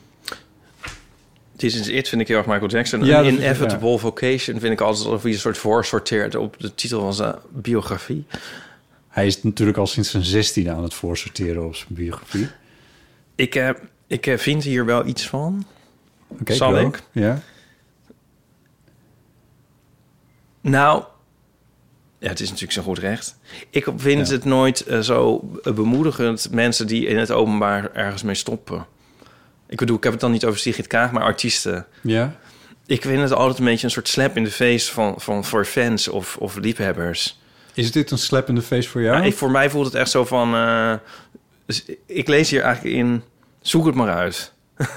This is it vind ik heel erg Michael Jackson. Ja, een inevitable ja. vocation vind ik altijd alsof hij een soort voorsorteert op de titel van zijn biografie. Hij is natuurlijk al sinds zijn zestiende aan het voorsorteren op zijn biografie. Ik, uh, ik uh, vind hier wel iets van. Okay, Zal go. ik? Ja. Nou, ja, het is natuurlijk zo goed recht. Ik vind ja. het nooit uh, zo bemoedigend... mensen die in het openbaar ergens mee stoppen. Ik bedoel, ik heb het dan niet over Sigrid Kaag, maar artiesten. Ja. Ik vind het altijd een beetje een soort slap in de face... van, van voor fans of, of liefhebbers... Is dit een slap in de face voor jou? Ja, ik, voor mij voelt het echt zo van... Uh, dus ik lees hier eigenlijk in... Zoek het maar uit.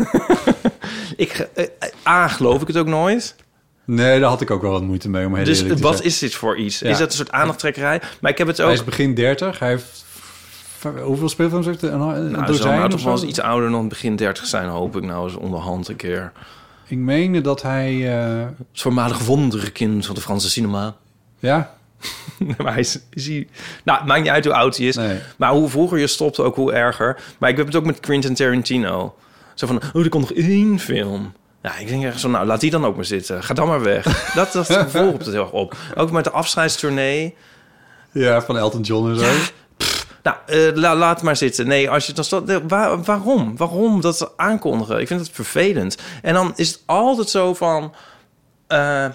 ik, uh, A, geloof ik het ook nooit. Nee, daar had ik ook wel wat moeite mee. Om heel dus wat zeggen. Is dit voor iets? Ja. Is dat een soort aandachttrekkerij? Maar ik heb het ook... Hij is begin dertig. Hij heeft... Hoeveel speelfilms heeft hij? Een, een nou, dozijn nou, toch wel eens iets ouder dan begin dertig zijn, hoop ik nou eens onderhand een keer. Ik meende dat hij... Uh... Het voormalig wonderkind van de Franse cinema. Ja... maar hij is, is hij... Nou, het maakt niet uit hoe oud hij is. Nee. Maar hoe vroeger je stopt, ook hoe erger. Maar ik heb het ook met Quentin Tarantino. Zo van, oh, er komt nog één film. Ja, ik denk echt zo, nou, laat die dan ook maar zitten. Ga dan maar weg. dat dat volgt het heel erg op. Ook met de afscheidstournee. Ja, van Elton John en zo. Ja, pff, nou, uh, la, laat maar zitten. Nee, als je dan staat... Waar, waarom? Waarom dat aankondigen? Ik vind het vervelend. En dan is het altijd zo van... Uh,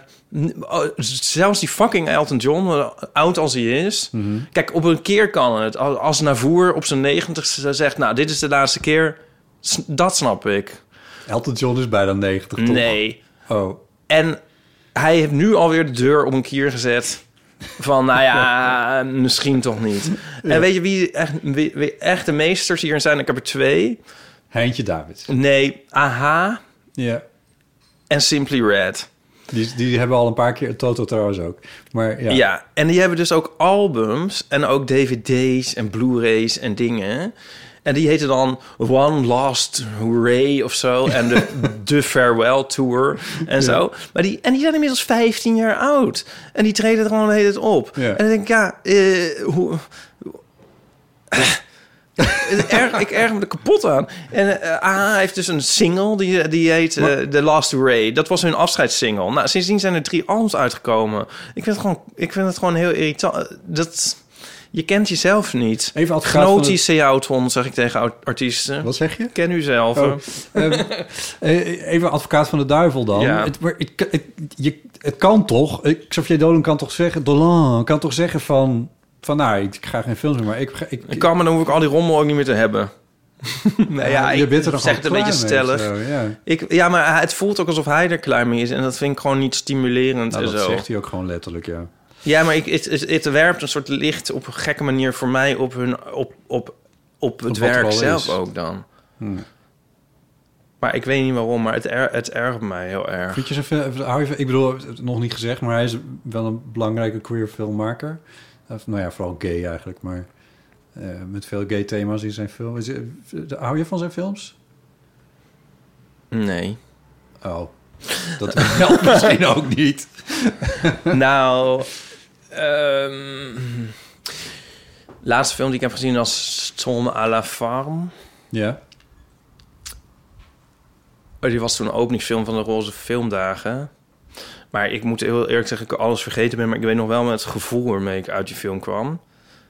zelfs die fucking Elton John, oud als hij is... Mm-hmm. Kijk, op een keer kan het. Als Navour op zijn negentigste zegt... nou, dit is de laatste keer, dat snap ik. Elton John is bijna negentig, toch? Nee. Oh. En hij heeft nu alweer de deur op een kier gezet... van, nou ja, misschien toch niet. Ja. En weet je wie echt, wie, wie echt de meesters hierin zijn? Ik heb er twee. Heintje David. Nee, Aha. Ja. En Simply Red. Die, die hebben al een paar keer... Toto trouwens ook. Maar ja. Ja, en die hebben dus ook albums... en ook D V D's en Blu-rays en dingen... En die heten dan One Last Hooray of zo. En de, de Farewell Tour en ja. zo. Maar die, en die zijn inmiddels vijftien jaar oud. En die treden er gewoon de hele tijd op. Ja. En dan denk ik, ja... Uh, hoe... erg, ik erg me er kapot aan. En uh, A heeft dus een single, die, die heet uh, The Last Hooray. Dat was hun afscheidssingle. Nou, sindsdien zijn er drie albums uitgekomen. Ik vind het gewoon, ik vind het gewoon heel irritant. Dat... Je kent jezelf niet. Even advocaat Gnotis Seauton, zeg ik tegen artiesten. Wat zeg je? Ken u zelf. Oh. uh, even advocaat van de duivel dan. Ja. Het, het, het, je, het kan toch... Xavier Dolan kan toch zeggen... Dolan kan toch zeggen van... Van nou, ik ga geen films meer, maar ik... Ik, ik kan, maar dan hoef ik al die rommel ook niet meer te hebben. nee, ja, je bent er nog zeg het een beetje stellig. Zo, ja. Ik, ja, maar het voelt ook alsof hij er klaar mee is. En dat vind ik gewoon niet stimulerend. Nou, en dat zo. zegt hij ook gewoon letterlijk, ja. Ja, maar ik, het, het, het werpt een soort licht op een gekke manier voor mij op, hun, op, op, op het Op wat er werk al zelf is. ook dan. Hmm. Maar ik weet niet waarom, maar het, er, het ergert mij heel erg. Vind je zijn film, hou je van- ik bedoel, het nog niet gezegd, maar hij is wel een belangrijke queer filmmaker. Of, nou ja, vooral gay eigenlijk, maar uh, met veel gay thema's in zijn film. Is, het- hou je van zijn films? Nee. Oh, dat helpt misschien ook niet. Nou, um, laatste film die ik heb gezien was Son à la Farm. Ja. Oh, die was toen een openingsfilm van de Roze Filmdagen. Maar ik moet heel eerlijk zeggen, ik alles vergeten ben. Maar ik weet nog wel met het gevoel waarmee ik uit die film kwam.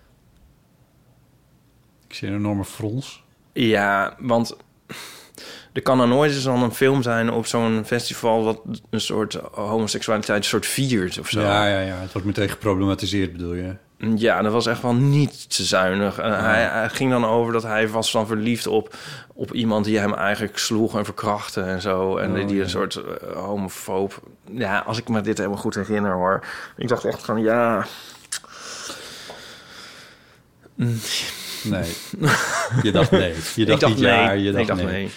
Ik zie een enorme frons. Ja, want er kan er nooit eens dan een film zijn op zo'n festival wat een soort homoseksualiteit een soort viert of zo. Ja, ja, ja. Het wordt meteen geproblematiseerd, bedoel je? Ja, dat was echt wel niet te zuinig. En hij, hij ging dan over dat hij was dan verliefd op, op iemand die hem eigenlijk sloeg en verkrachtte en zo. En Oh, die ja. een soort uh, homofoob... Ja, als ik me dit helemaal goed herinner, hoor. Ik dacht echt van, ja... Nee. Je dacht nee. Je dacht, ik dacht niet nee. ja, je dacht, ik dacht nee.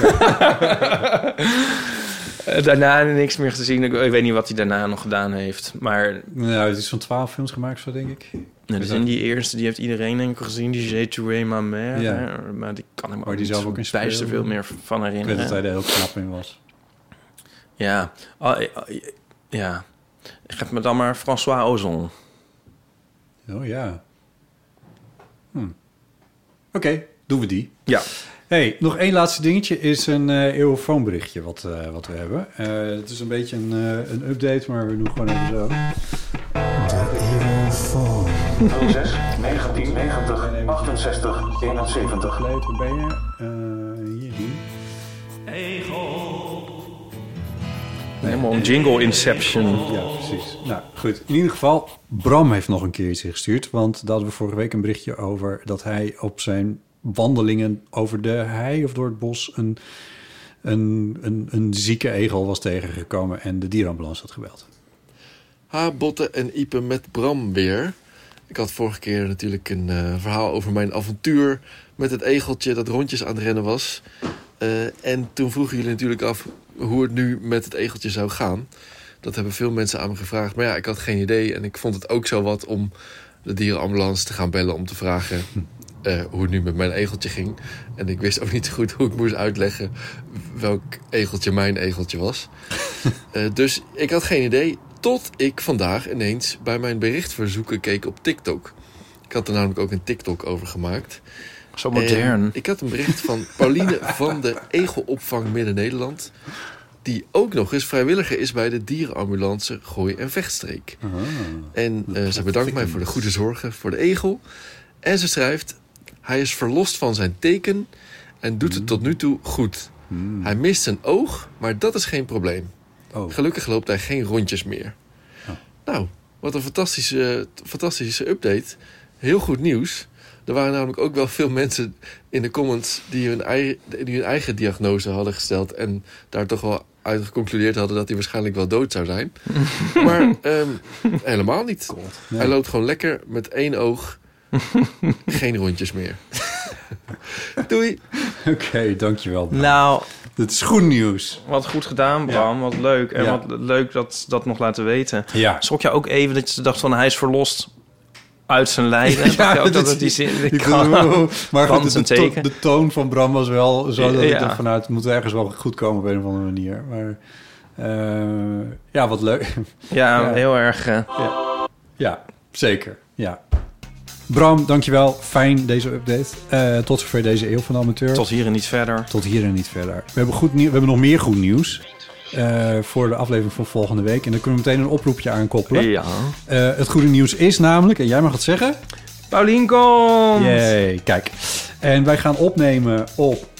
nee. Daarna niks meer gezien. Ik, ik weet niet wat hij daarna nog gedaan heeft. Maar Nou, het is van twaalf films gemaakt, zo denk ik. nou, dus in die eerste, die heeft iedereen denk ik gezien. Die J'ai tué ma mère. Ja. Hè? Maar die kan ik me Waar ook die niet zelf ook in bijster speelde. veel meer van Ik weet herinneren. dat hij er heel knap in was. Ja. Oh, ja. Geef me dan maar François Ozon. Oh ja. Hm. Oké, okay, doen we die. Ja. Hey, nog één laatste dingetje is een uh, eeuwfoonberichtje wat, uh, wat we hebben. Uh, het is een beetje een, uh, een update, maar we doen gewoon even zo. nul zes negentien negentig achtenzestig eenenzeventig. Waar ben je? Uh, hier, die. Helemaal een jingle inception. Ja, precies. Nou, goed. In ieder geval, Bram heeft nog een keer iets gestuurd. Want daar hadden we vorige week een berichtje over dat hij op zijn wandelingen over de hei of door het bos een, een, een, een zieke egel was tegengekomen en de dierenambulance had gebeld. Ha, Botte en Ipe met Bram weer. Ik had vorige keer natuurlijk een uh, verhaal over mijn avontuur met het egeltje dat rondjes aan het rennen was. Uh, en toen vroegen jullie natuurlijk af hoe het nu met het egeltje zou gaan. Dat hebben veel mensen aan me gevraagd. Maar ja, ik had geen idee en ik vond het ook zo wat om de dierenambulance te gaan bellen om te vragen uh, hoe het nu met mijn egeltje ging. En ik wist ook niet zo goed hoe ik moest uitleggen welk egeltje mijn egeltje was. Uh, dus ik had geen idee. Tot ik vandaag ineens bij mijn berichtverzoeken keek op TikTok. Ik had er namelijk ook een TikTok over gemaakt. Zo modern. En ik had een bericht van Pauline van de Egelopvang Midden-Nederland, die ook nog eens vrijwilliger is bij de dierenambulance Gooi- en Vechtstreek. Ah, en uh, ze bedankt mij voor de goede zorgen voor de egel. En ze schrijft: hij is verlost van zijn teken en doet het tot nu toe goed. Mm. Hij mist zijn oog, maar dat is geen probleem. Oh. Gelukkig loopt hij geen rondjes meer. Oh. Nou, wat een fantastische, fantastische update. Heel goed nieuws. Er waren namelijk ook wel veel mensen in de comments die hun eigen, die hun eigen diagnose hadden gesteld en daar toch wel uit geconcludeerd hadden dat hij waarschijnlijk wel dood zou zijn. Maar um, helemaal niet. Nee. Hij loopt gewoon lekker met één oog. Geen rondjes meer. Doei. Oké, okay, dankjewel Bram. Nou, dat is goed nieuws. wat goed gedaan, Bram. Ja. Wat leuk. En Ja. wat leuk dat dat nog laten weten. Ja. Schrok je ook even dat je dacht van hij is verlost uit zijn lijden? Ja, je ook dat is- het die zin ik kan. bedoel, maar Van goed, de, zijn to- teken. de toon van Bram was wel zo dat ik Ja. dacht vanuit het moet ergens wel goed komen op een of andere manier. Maar uh, ja, wat leuk. Ja, Ja. heel erg. Uh, Ja, zeker. Ja. Bram, dankjewel. Fijn deze update. Uh, tot zover deze eeuw van de amateur. tot hier en niet verder. Tot hier en niet verder. We hebben, goed nieuw- we hebben nog meer goed nieuws uh, voor de aflevering van volgende week. En dan kunnen we meteen een oproepje aankoppelen. Ja. Uh, het goede nieuws is namelijk, en jij mag het zeggen. Paulien komt! Yay, kijk. En wij gaan opnemen op...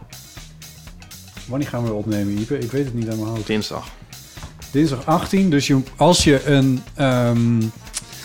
Wanneer gaan we opnemen, Ipe? Ik weet het niet aan mijn hoofd. Dinsdag. Dinsdag achttien. Dus je, als je een, um,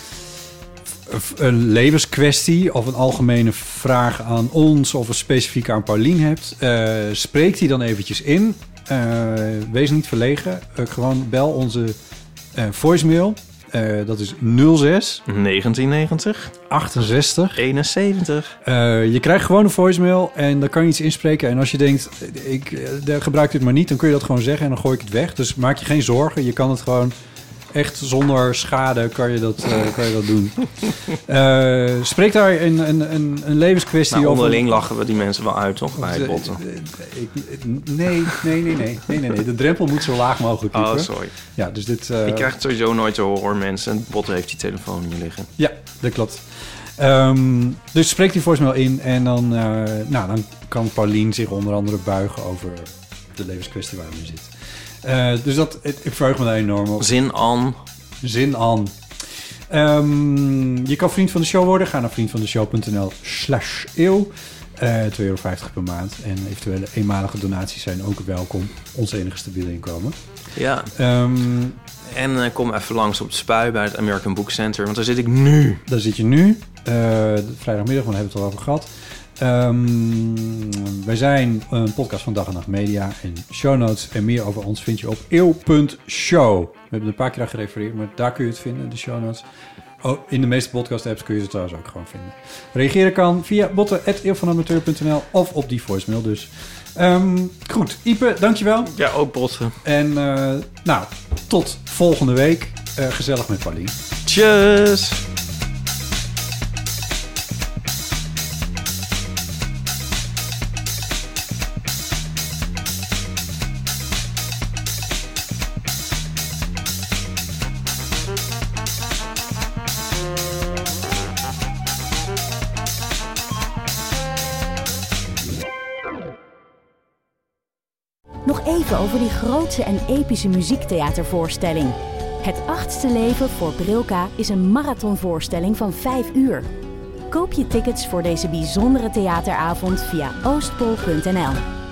een levenskwestie of een algemene vraag aan ons of een specifieke aan Paulien hebt, uh, spreek die dan eventjes in. Uh, wees niet verlegen. Uh, gewoon bel onze uh, voicemail Uh, dat is nul zes negentien negentig achtenzestig eenenzeventig. Uh, je krijgt gewoon een voicemail en dan kan je iets inspreken. En als je denkt, ik uh, gebruik dit maar niet, dan kun je dat gewoon zeggen en dan gooi ik het weg. Dus maak je geen zorgen. Je kan het gewoon echt zonder schade kan je dat, uh, kan je dat doen. Uh, spreek daar een, een, een, een levenskwestie nou, over. Onderling lachen we die mensen wel uit, toch? Bij Uh, botten. Ik, nee, nee, nee, nee, nee, nee, nee. De drempel moet zo laag mogelijk Oh, liepen. sorry. Ja, dus dit... Uh, Ik krijg het sowieso nooit te horen, hoor, mensen. Botten heeft die telefoon hier liggen. Ja, dat klopt. Um, dus spreek die voicemail in en dan, uh, nou, dan kan Paulien zich onder andere buigen over de levenskwestie waar we in zit. Uh, dus dat, ik, ik verheug me daar enorm op. Zin aan. Zin aan. Um, je kan vriend van de show worden. Ga naar vriendvandeshow.nl slash eeuw. Uh, twee euro vijftig per maand. En eventuele eenmalige donaties zijn ook welkom. Ons enige stabiele inkomen. Ja. Um, en uh, kom even langs op de Spui bij het American Book Center. Want daar zit ik nu. Daar zit je nu. Uh, vrijdagmiddag, maar daar hebben we het al over gehad. Um, wij zijn een podcast van Dag en Nacht Media. En show notes en meer over ons vind je op eeuw punt show. We hebben een paar keer aan gerefereerd, maar daar kun je het vinden, de show notes. Oh, in de meeste podcast-apps kun je ze trouwens ook gewoon vinden. Reageren kan via botten at eeuwvanamateur punt n l of op die voicemail dus. Um, goed, Ipe, dankjewel. Ja, ook botten. En uh, nou, tot volgende week. Uh, gezellig met Paulien. Tjus! Nog even over die grootse en epische muziektheatervoorstelling. Het achtste leven voor Brilka is een marathonvoorstelling van vijf uur. Koop je tickets voor deze bijzondere theateravond via oostpol punt n l.